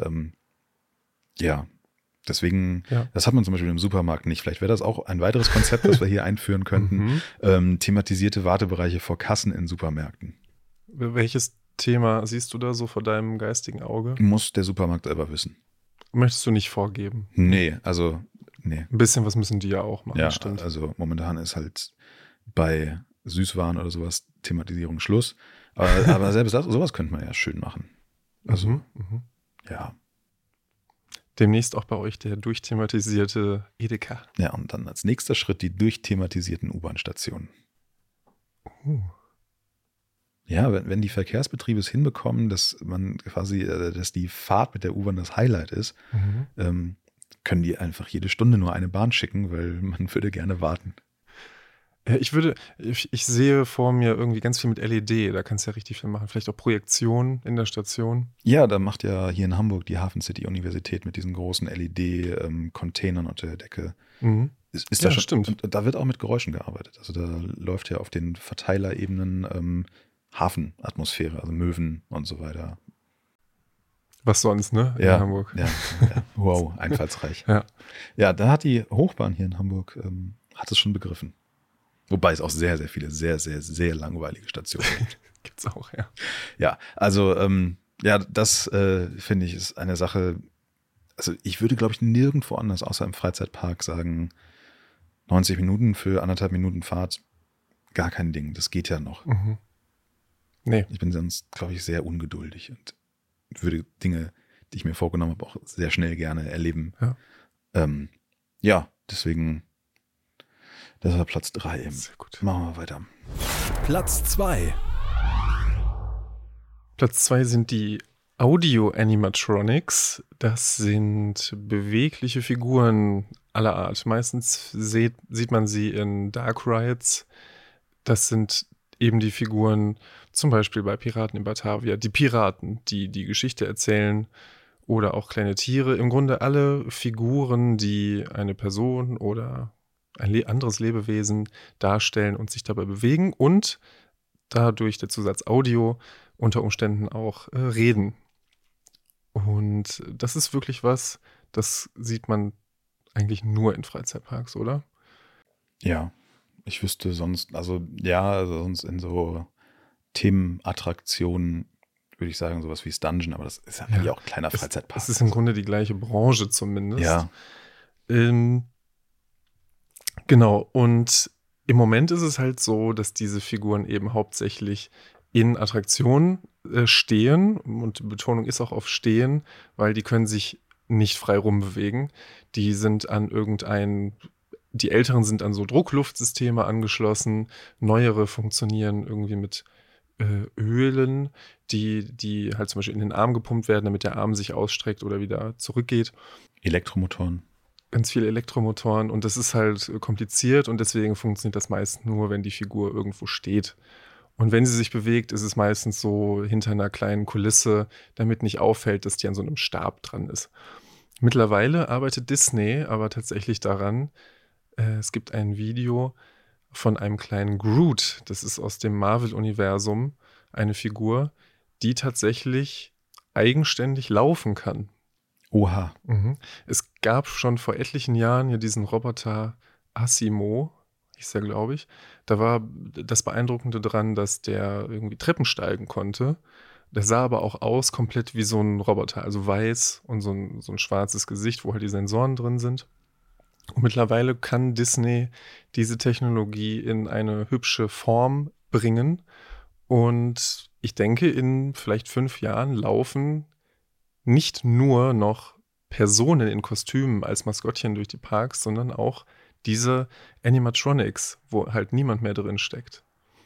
Ja, deswegen, das hat man zum Beispiel im Supermarkt nicht. Vielleicht wäre das auch ein weiteres Konzept, das wir hier einführen könnten. Thematisierte Wartebereiche vor Kassen in Supermärkten. Welches Thema siehst du da so vor deinem geistigen Auge? Muss der Supermarkt selber wissen. Möchtest du nicht vorgeben? Nee, also nee. Ein bisschen was müssen die ja auch machen, Ja, stimmt. also momentan ist halt bei Süßwaren oder sowas Thematisierung Schluss. Aber selbst sowas könnte man ja schön machen. Also, ja. Demnächst auch bei euch der durchthematisierte Edeka. Ja, und dann als nächster Schritt die durchthematisierten U-Bahn-Stationen. Ja, wenn die Verkehrsbetriebe es hinbekommen, dass man quasi, dass die Fahrt mit der U-Bahn das Highlight ist, können die einfach jede Stunde nur eine Bahn schicken, weil man würde gerne warten. Ja, ich sehe vor mir irgendwie ganz viel mit LED, da kannst du ja richtig viel machen. Vielleicht auch Projektion in der Station. Ja, da macht ja hier in Hamburg die Hafen City Universität mit diesen großen LED-Containern unter der Decke. Ist da schon, stimmt. Und da wird auch mit Geräuschen gearbeitet. Also da läuft ja auf den Verteilerebenen Hafenatmosphäre, also Möwen und so weiter. Was sonst, ne? In Hamburg. Ja. Wow, einfallsreich. Ja, da hat die Hochbahn hier in Hamburg, hat es schon begriffen. Wobei es auch sehr, sehr viele, sehr, sehr, sehr langweilige Stationen gibt. Gibt's auch, ja. Ja, also das finde ich ist eine Sache, also ich würde, glaube ich, nirgendwo anders außer im Freizeitpark sagen, 90 Minuten für 1,5 Minuten Fahrt, gar kein Ding, das geht ja noch. Nee. Ich bin sonst, glaube ich, sehr ungeduldig und würde Dinge, die ich mir vorgenommen habe, auch sehr schnell gerne erleben. Ja, deswegen, das war Platz 3. sehr gut. Machen wir weiter. Platz 2. Platz 2 sind die Audio-Animatronics. Das sind bewegliche Figuren aller Art. Meistens sieht man sie in Dark Rides. Das sind eben die Figuren, zum Beispiel bei Piraten in Batavia, die Piraten, die die Geschichte erzählen oder auch kleine Tiere. Im Grunde alle Figuren, die eine Person oder ein anderes Lebewesen darstellen und sich dabei bewegen und dadurch der Zusatz Audio unter Umständen auch reden. Und das ist wirklich was, das sieht man eigentlich nur in Freizeitparks, oder? Ja, Ich wüsste sonst, also sonst in so Themenattraktionen würde ich sagen, sowas wie das Dungeon, aber das ist ja eigentlich auch ein kleiner Freizeitpark. Es ist im Grunde die gleiche Branche zumindest. Ja. Genau, und im Moment ist es halt so, dass diese Figuren eben hauptsächlich in Attraktionen stehen, und die Betonung ist auch auf stehen, weil die können sich nicht frei rumbewegen. Die Älteren sind an so Druckluftsysteme angeschlossen, neuere funktionieren irgendwie mit Ölen, die halt zum Beispiel in den Arm gepumpt werden, damit der Arm sich ausstreckt oder wieder zurückgeht. Elektromotoren. Ganz viele Elektromotoren, und das ist halt kompliziert, und deswegen funktioniert das meist nur, wenn die Figur irgendwo steht. Und wenn sie sich bewegt, ist es meistens so hinter einer kleinen Kulisse, damit nicht auffällt, dass die an so einem Stab dran ist. Mittlerweile arbeitet Disney aber tatsächlich daran. Es gibt ein Video von einem kleinen Groot, das ist aus dem Marvel-Universum, eine Figur, die tatsächlich eigenständig laufen kann. Oha. Es gab schon vor etlichen Jahren ja diesen Roboter Asimo, hieß der, glaube ich. Da war das Beeindruckende dran, dass der irgendwie Treppen steigen konnte. Der sah aber auch aus komplett wie so ein Roboter, also weiß und so ein schwarzes Gesicht, wo halt die Sensoren drin sind. Und mittlerweile kann Disney diese Technologie in eine hübsche Form bringen. Und ich denke, in vielleicht 5 Jahren laufen nicht nur noch Personen in Kostümen als Maskottchen durch die Parks, sondern auch diese Animatronics, wo halt niemand mehr drin steckt.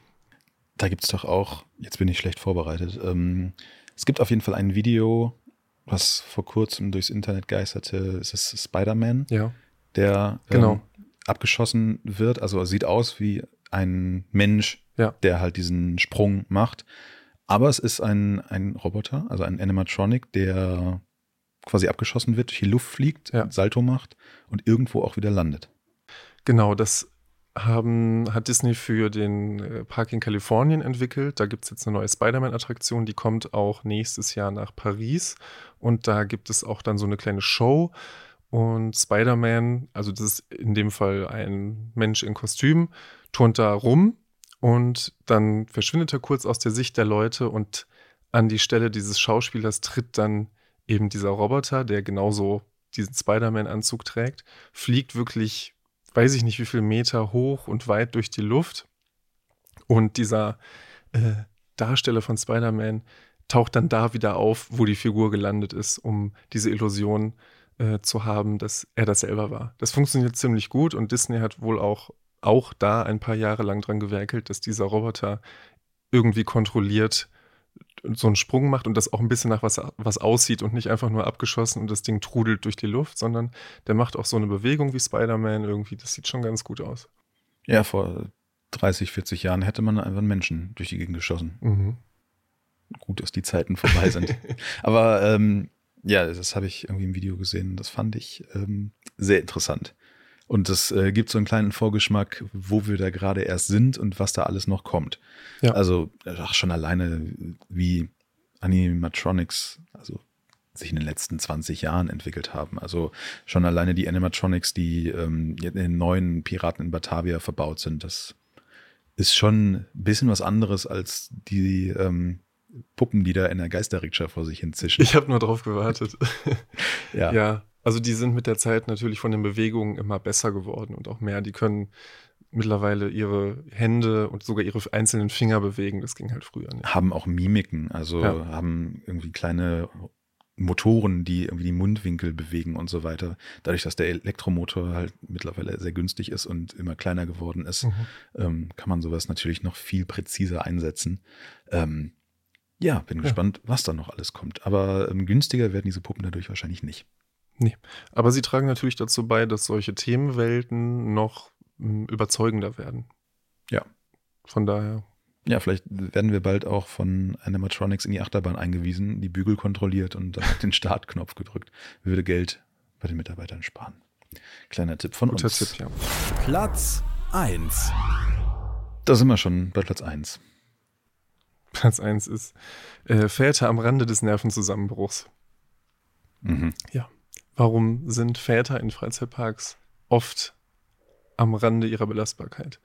Da gibt es doch auch, jetzt bin ich schlecht vorbereitet, es gibt auf jeden Fall ein Video, was vor kurzem durchs Internet geisterte, ist es Spider-Man, Ja. der Genau. abgeschossen wird, also er sieht aus wie ein Mensch, Ja. der halt diesen Sprung macht. Aber es ist ein Roboter, also ein Animatronic, der quasi abgeschossen wird, durch die Luft fliegt, Ja. Salto macht und irgendwo auch wieder landet. Genau, das hat Disney für den Park in Kalifornien entwickelt. Da gibt es jetzt eine neue Spider-Man-Attraktion, die kommt auch nächstes Jahr nach Paris. Und da gibt es auch dann so eine kleine Show. Und Spider-Man, also das ist in dem Fall ein Mensch in Kostüm, turnt da rum. Und dann verschwindet er kurz aus der Sicht der Leute, und an die Stelle dieses Schauspielers tritt dann eben dieser Roboter, der genauso diesen Spider-Man-Anzug trägt, fliegt wirklich, weiß ich nicht wie viele Meter hoch und weit durch die Luft. Und dieser Darsteller von Spider-Man taucht dann da wieder auf, wo die Figur gelandet ist, um diese Illusion zu haben, dass er das selber war. Das funktioniert ziemlich gut, und Disney hat wohl auch da ein paar Jahre lang dran gewerkelt, dass dieser Roboter irgendwie kontrolliert so einen Sprung macht und das auch ein bisschen nach was aussieht und nicht einfach nur abgeschossen und das Ding trudelt durch die Luft, sondern der macht auch so eine Bewegung wie Spider-Man irgendwie. Das sieht schon ganz gut aus. Ja, vor 30, 40 Jahren hätte man einfach einen Menschen durch die Gegend geschossen. Mhm. Gut, dass die Zeiten vorbei sind. Aber ja, das habe ich irgendwie im Video gesehen. Das fand ich sehr interessant. Und das gibt so einen kleinen Vorgeschmack, wo wir da gerade erst sind und was da alles noch kommt. Ja. Also schon alleine, wie Animatronics also sich in den letzten 20 Jahren entwickelt haben. Also schon alleine die Animatronics, die in den neuen Piraten in Batavia verbaut sind, das ist schon ein bisschen was anderes als die Puppen, die da in der Geisterrikscha vor sich hin zischen. Ich habe nur drauf gewartet. Ja. Ja, also die sind mit der Zeit natürlich von den Bewegungen immer besser geworden und auch mehr. Die können mittlerweile ihre Hände und sogar ihre einzelnen Finger bewegen. Das ging halt früher nicht. Haben auch Mimiken, also Ja. haben irgendwie kleine Motoren, die irgendwie die Mundwinkel bewegen und so weiter. Dadurch, dass der Elektromotor halt mittlerweile sehr günstig ist und immer kleiner geworden ist, kann man sowas natürlich noch viel präziser einsetzen. Ja, bin gespannt, was da noch alles kommt. Aber günstiger werden diese Puppen dadurch wahrscheinlich nicht. Nee. Aber sie tragen natürlich dazu bei, dass solche Themenwelten noch überzeugender werden. Ja. Von daher. Ja, vielleicht werden wir bald auch von Animatronics in die Achterbahn eingewiesen, die Bügel kontrolliert und dann den Startknopf gedrückt. Würde Geld bei den Mitarbeitern sparen. Kleiner Tipp von Guter uns. Tipp, ja. Platz 1. Da sind wir schon bei Platz 1. Platz 1 ist Väter am Rande des Nervenzusammenbruchs. Mhm. Ja. Warum sind Väter in Freizeitparks oft am Rande ihrer Belastbarkeit.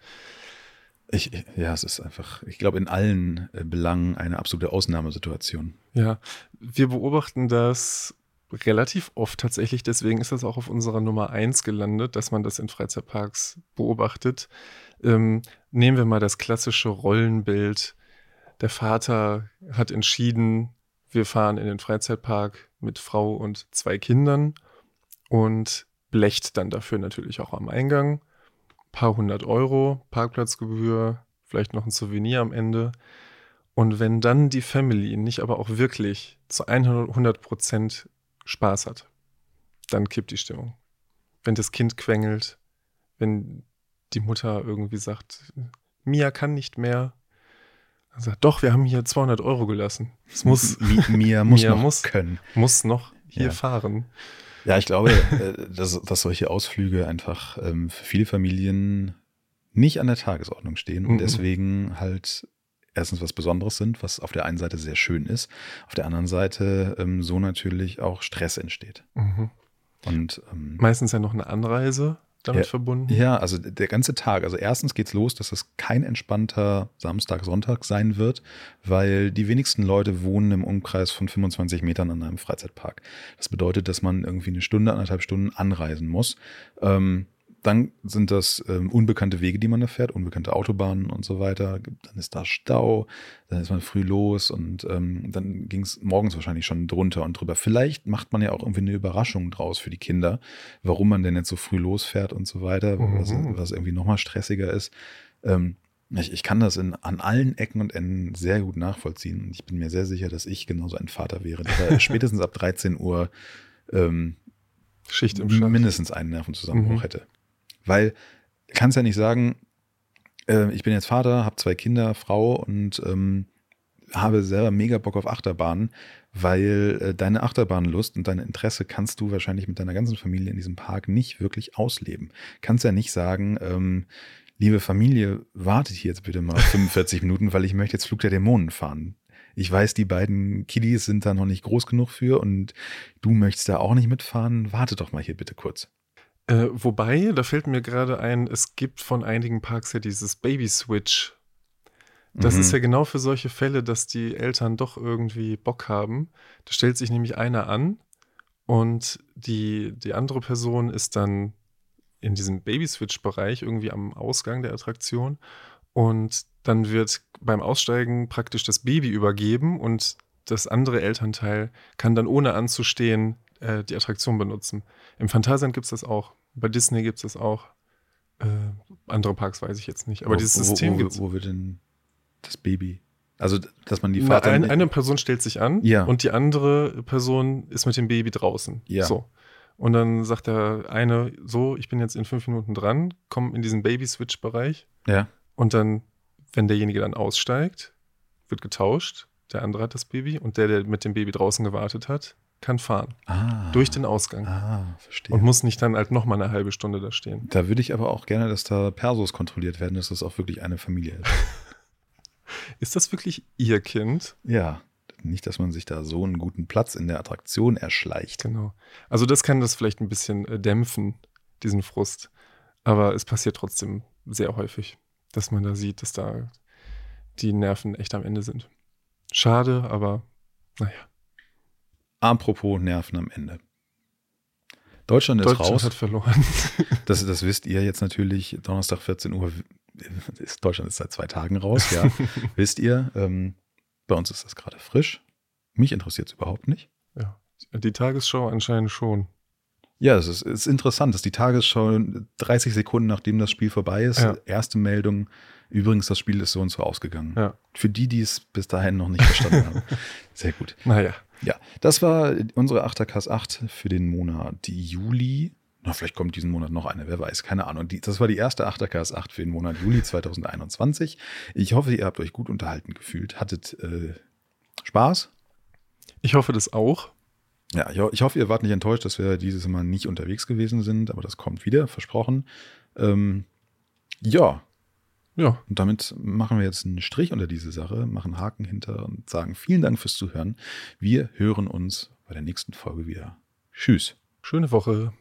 Es ist einfach, ich glaube, in allen Belangen eine absolute Ausnahmesituation. Ja, wir beobachten das relativ oft tatsächlich, deswegen ist das auch auf unserer Nummer 1 gelandet, dass man das in Freizeitparks beobachtet. Nehmen wir mal das klassische Rollenbild. Der Vater hat entschieden, wir fahren in den Freizeitpark mit Frau und 2 Kindern und blecht dann dafür natürlich auch am Eingang. Paar 100 €, Parkplatzgebühr, vielleicht noch ein Souvenir am Ende. Und wenn dann die Family nicht aber auch wirklich zu 100% Spaß hat, dann kippt die Stimmung. Wenn das Kind quengelt, wenn die Mutter irgendwie sagt, Mia kann nicht mehr, dann sagt, doch, wir haben hier 200 € gelassen. Es muss, Mia muss können. Muss noch hier fahren. Ja, ich glaube, dass solche Ausflüge einfach für viele Familien nicht an der Tagesordnung stehen und deswegen halt erstens was Besonderes sind, was auf der einen Seite sehr schön ist, auf der anderen Seite so natürlich auch Stress entsteht. Und meistens ja noch eine Anreise damit verbunden. Ja, also der ganze Tag. Also erstens geht's los, dass es kein entspannter Samstag, Sonntag sein wird, weil die wenigsten Leute wohnen im Umkreis von 25 Metern an einem Freizeitpark. Das bedeutet, dass man irgendwie 1 Stunde, 1,5 Stunden anreisen muss. Dann sind das unbekannte Wege, die man da fährt, unbekannte Autobahnen und so weiter. Dann ist da Stau, dann ist man früh los und dann ging es morgens wahrscheinlich schon drunter und drüber. Vielleicht macht man ja auch irgendwie eine Überraschung draus für die Kinder, warum man denn jetzt so früh losfährt und so weiter, was irgendwie nochmal stressiger ist. Ich kann das an allen Ecken und Enden sehr gut nachvollziehen und ich bin mir sehr sicher, dass ich genauso ein Vater wäre, der spätestens ab 13 Uhr Schicht im Schacht mindestens einen Nervenzusammenbruch hätte. Weil, kannst ja nicht sagen, ich bin jetzt Vater, habe 2 Kinder, Frau und habe selber mega Bock auf Achterbahnen, weil deine Achterbahnlust und dein Interesse kannst du wahrscheinlich mit deiner ganzen Familie in diesem Park nicht wirklich ausleben. Kannst ja nicht sagen, liebe Familie, wartet hier jetzt bitte mal 45 Minuten, weil ich möchte jetzt Flug der Dämonen fahren. Ich weiß, die beiden Kiddies sind da noch nicht groß genug für und du möchtest da auch nicht mitfahren. Warte doch mal hier bitte kurz. Wobei, da fällt mir gerade ein, es gibt von einigen Parks ja dieses Baby-Switch. Das ist ja genau für solche Fälle, dass die Eltern doch irgendwie Bock haben. Da stellt sich nämlich einer an und die andere Person ist dann in diesem Baby-Switch-Bereich irgendwie am Ausgang der Attraktion und dann wird beim Aussteigen praktisch das Baby übergeben und das andere Elternteil kann dann ohne anzustehen die Attraktion benutzen. Im Phantasialand gibt es das auch. Bei Disney gibt es das auch. Andere Parks weiß ich jetzt nicht. Aber dieses System gibt es. Wo wird denn das Baby? Also, dass man die Fahrt eine Person stellt sich an und die andere Person ist mit dem Baby draußen. Ja. So. Und dann sagt der eine so, ich bin jetzt in 5 Minuten dran, komm in diesen Baby-Switch-Bereich. Ja. Und dann, wenn derjenige dann aussteigt, wird getauscht. Der andere hat das Baby und der mit dem Baby draußen gewartet hat, kann fahren. Durch den Ausgang. Verstehe. Und muss nicht dann halt nochmal eine halbe Stunde da stehen. Da würde ich aber auch gerne, dass da Persos kontrolliert werden, dass das auch wirklich eine Familie ist. Ist das wirklich Ihr Kind? Ja, nicht, dass man sich da so einen guten Platz in der Attraktion erschleicht. Genau. Also das kann das vielleicht ein bisschen dämpfen, diesen Frust. Aber es passiert trotzdem sehr häufig, dass man da sieht, dass da die Nerven echt am Ende sind. Schade, aber naja. Apropos Nerven am Ende. Deutschland ist raus. Hat verloren. Das wisst ihr jetzt natürlich. Donnerstag 14 Uhr. Deutschland ist seit 2 Tagen raus, ja. Wisst ihr. Bei uns ist das gerade frisch. Mich interessiert es überhaupt nicht. Ja, die Tagesschau anscheinend schon. Ja, es ist interessant, dass die Tagesschau 30 Sekunden nachdem das Spiel vorbei ist, erste Meldung, übrigens, das Spiel ist so und so ausgegangen. Ja. Für die es bis dahin noch nicht verstanden haben. Sehr gut. Naja. Ja, das war unsere Achtercast 8 für den Monat Juli. Na, vielleicht kommt diesen Monat noch eine, wer weiß, keine Ahnung. Das war die erste Achtercast 8 für den Monat Juli 2021. Ich hoffe, ihr habt euch gut unterhalten gefühlt. Hattet Spaß? Ich hoffe das auch. Ja, ich hoffe, ihr wart nicht enttäuscht, dass wir dieses Mal nicht unterwegs gewesen sind, aber das kommt wieder, versprochen. Ja. Und damit machen wir jetzt einen Strich unter diese Sache, machen Haken hinter und sagen vielen Dank fürs Zuhören. Wir hören uns bei der nächsten Folge wieder. Tschüss. Schöne Woche.